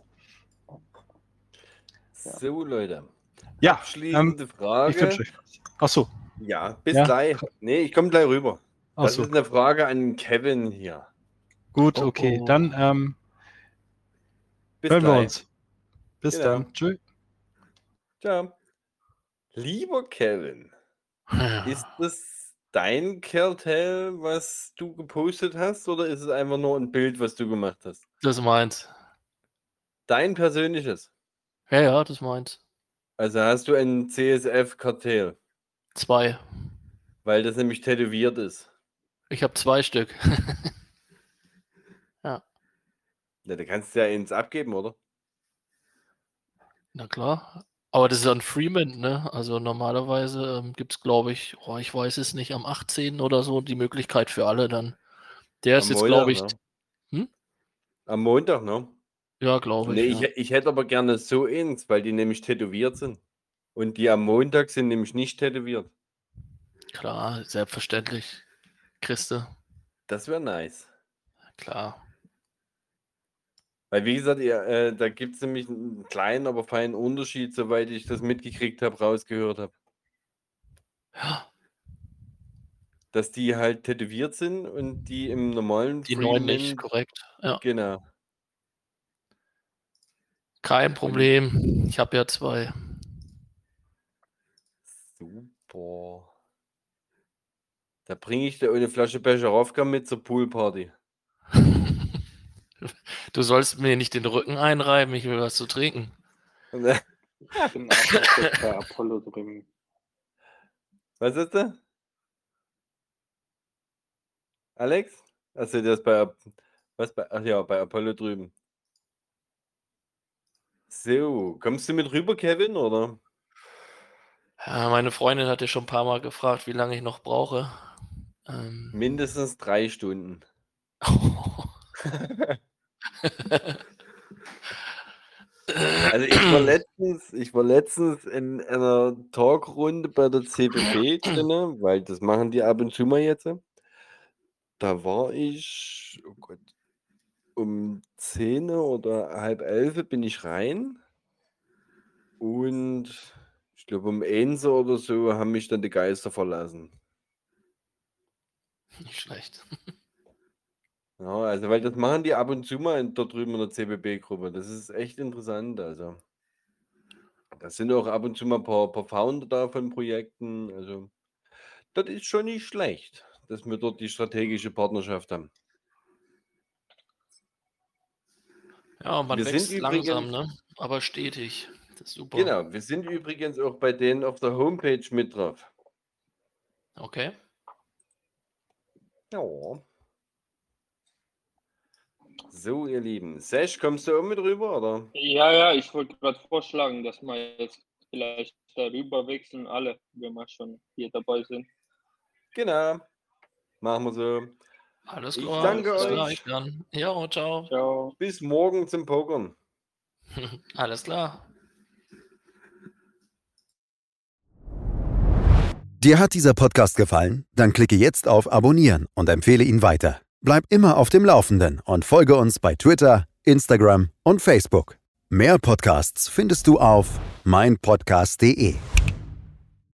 ja. So, Leute. Ja, Abschließende Ich Frage. wünsche euch was. Ach so, Ja, bis Ja. gleich. Nee, ich komme gleich rüber. ach Das so. ist eine Frage an Kevin hier. Gut, Oh, okay. oh. Dann ähm, Bis hören wir gleich. uns. Bis Genau. dann. Tschüss. Ciao. Lieber Kevin, ist Ja, das dein Cartel, was du gepostet hast, oder ist es einfach nur ein Bild, was du gemacht hast? das ist meins. Dein persönliches. Ja, ja, das ist meins. Also hast du ein C S F-Kartell, Zwei. weil das nämlich tätowiert ist. Ich habe zwei Stück. Ja, da kannst du ja eins abgeben, oder? Na klar. Aber das ist ein Freemint, ne? Also normalerweise ähm, gibt es, glaube ich, oh, ich weiß es nicht, am achtzehnten oder so die Möglichkeit für alle dann. Der ist Am jetzt, Montag, glaube ich, ne? hm? Am Montag, ne? Ja, glaube ich, Nee, ich, ja. ich hätte aber gerne so eins, weil die nämlich tätowiert sind. Und die am Montag sind nämlich nicht tätowiert. Klar, selbstverständlich. Christe, Das wäre nice. klar. Weil, wie gesagt, ihr, äh, da gibt es nämlich einen kleinen, aber feinen Unterschied, soweit ich das mitgekriegt habe, rausgehört habe. Ja, Dass die halt tätowiert sind und die im normalen die neuen nicht, Freemint, korrekt. Ja, genau. kein Und Problem. Ich habe ja zwei. super. Da bringe ich dir eine Flasche Becherowka mit zur Poolparty. Du sollst mir nicht den Rücken einreiben, ich will was zu trinken. Und, äh, Ja, bin auch noch jetzt bei Apollo drüben. was ist das? Alex? Also das bei Ap- was bei ach ja, bei Apollo drüben. So, kommst du mit rüber, Kevin, oder? Ja, meine Freundin hat ja schon ein paar Mal gefragt, wie lange ich noch brauche. Ähm. Mindestens drei Stunden. Also ich war letztens, ich war letztens in einer Talkrunde bei der C B B drin, weil das machen die ab und zu mal jetzt. Da war ich, oh Gott, um zehn oder halb elf bin ich rein und ich glaube um eins oder so haben mich dann die Geister verlassen. Nicht schlecht. Ja, also weil das machen die ab und zu mal in, dort drüben in der C B B-Gruppe. Das ist echt interessant. Also da sind auch ab und zu mal ein paar, paar Founder da von Projekten. Also das ist schon nicht schlecht, dass wir dort die strategische Partnerschaft haben. Ja, man Wir sind wächst langsam, übrigens, ne? Aber stetig. Das ist super. genau, wir sind übrigens auch bei denen auf der Homepage mit drauf. Okay. Ja. So, ihr Lieben. Sesh, kommst du auch mit rüber, oder? Ja, ja, ich wollte gerade vorschlagen, dass wir jetzt vielleicht darüber wechseln, alle, wenn wir schon hier dabei sind. Genau. Machen wir so. Alles Ich klar. danke Bis euch. gleich dann. Ja, ciao. Ciao. Bis morgen zum Pokern. Alles klar. Dir hat dieser Podcast gefallen? Dann klicke jetzt auf Abonnieren und empfehle ihn weiter. Bleib immer auf dem Laufenden und folge uns bei Twitter, Instagram und Facebook. Mehr Podcasts findest du auf meinpodcast punkt de.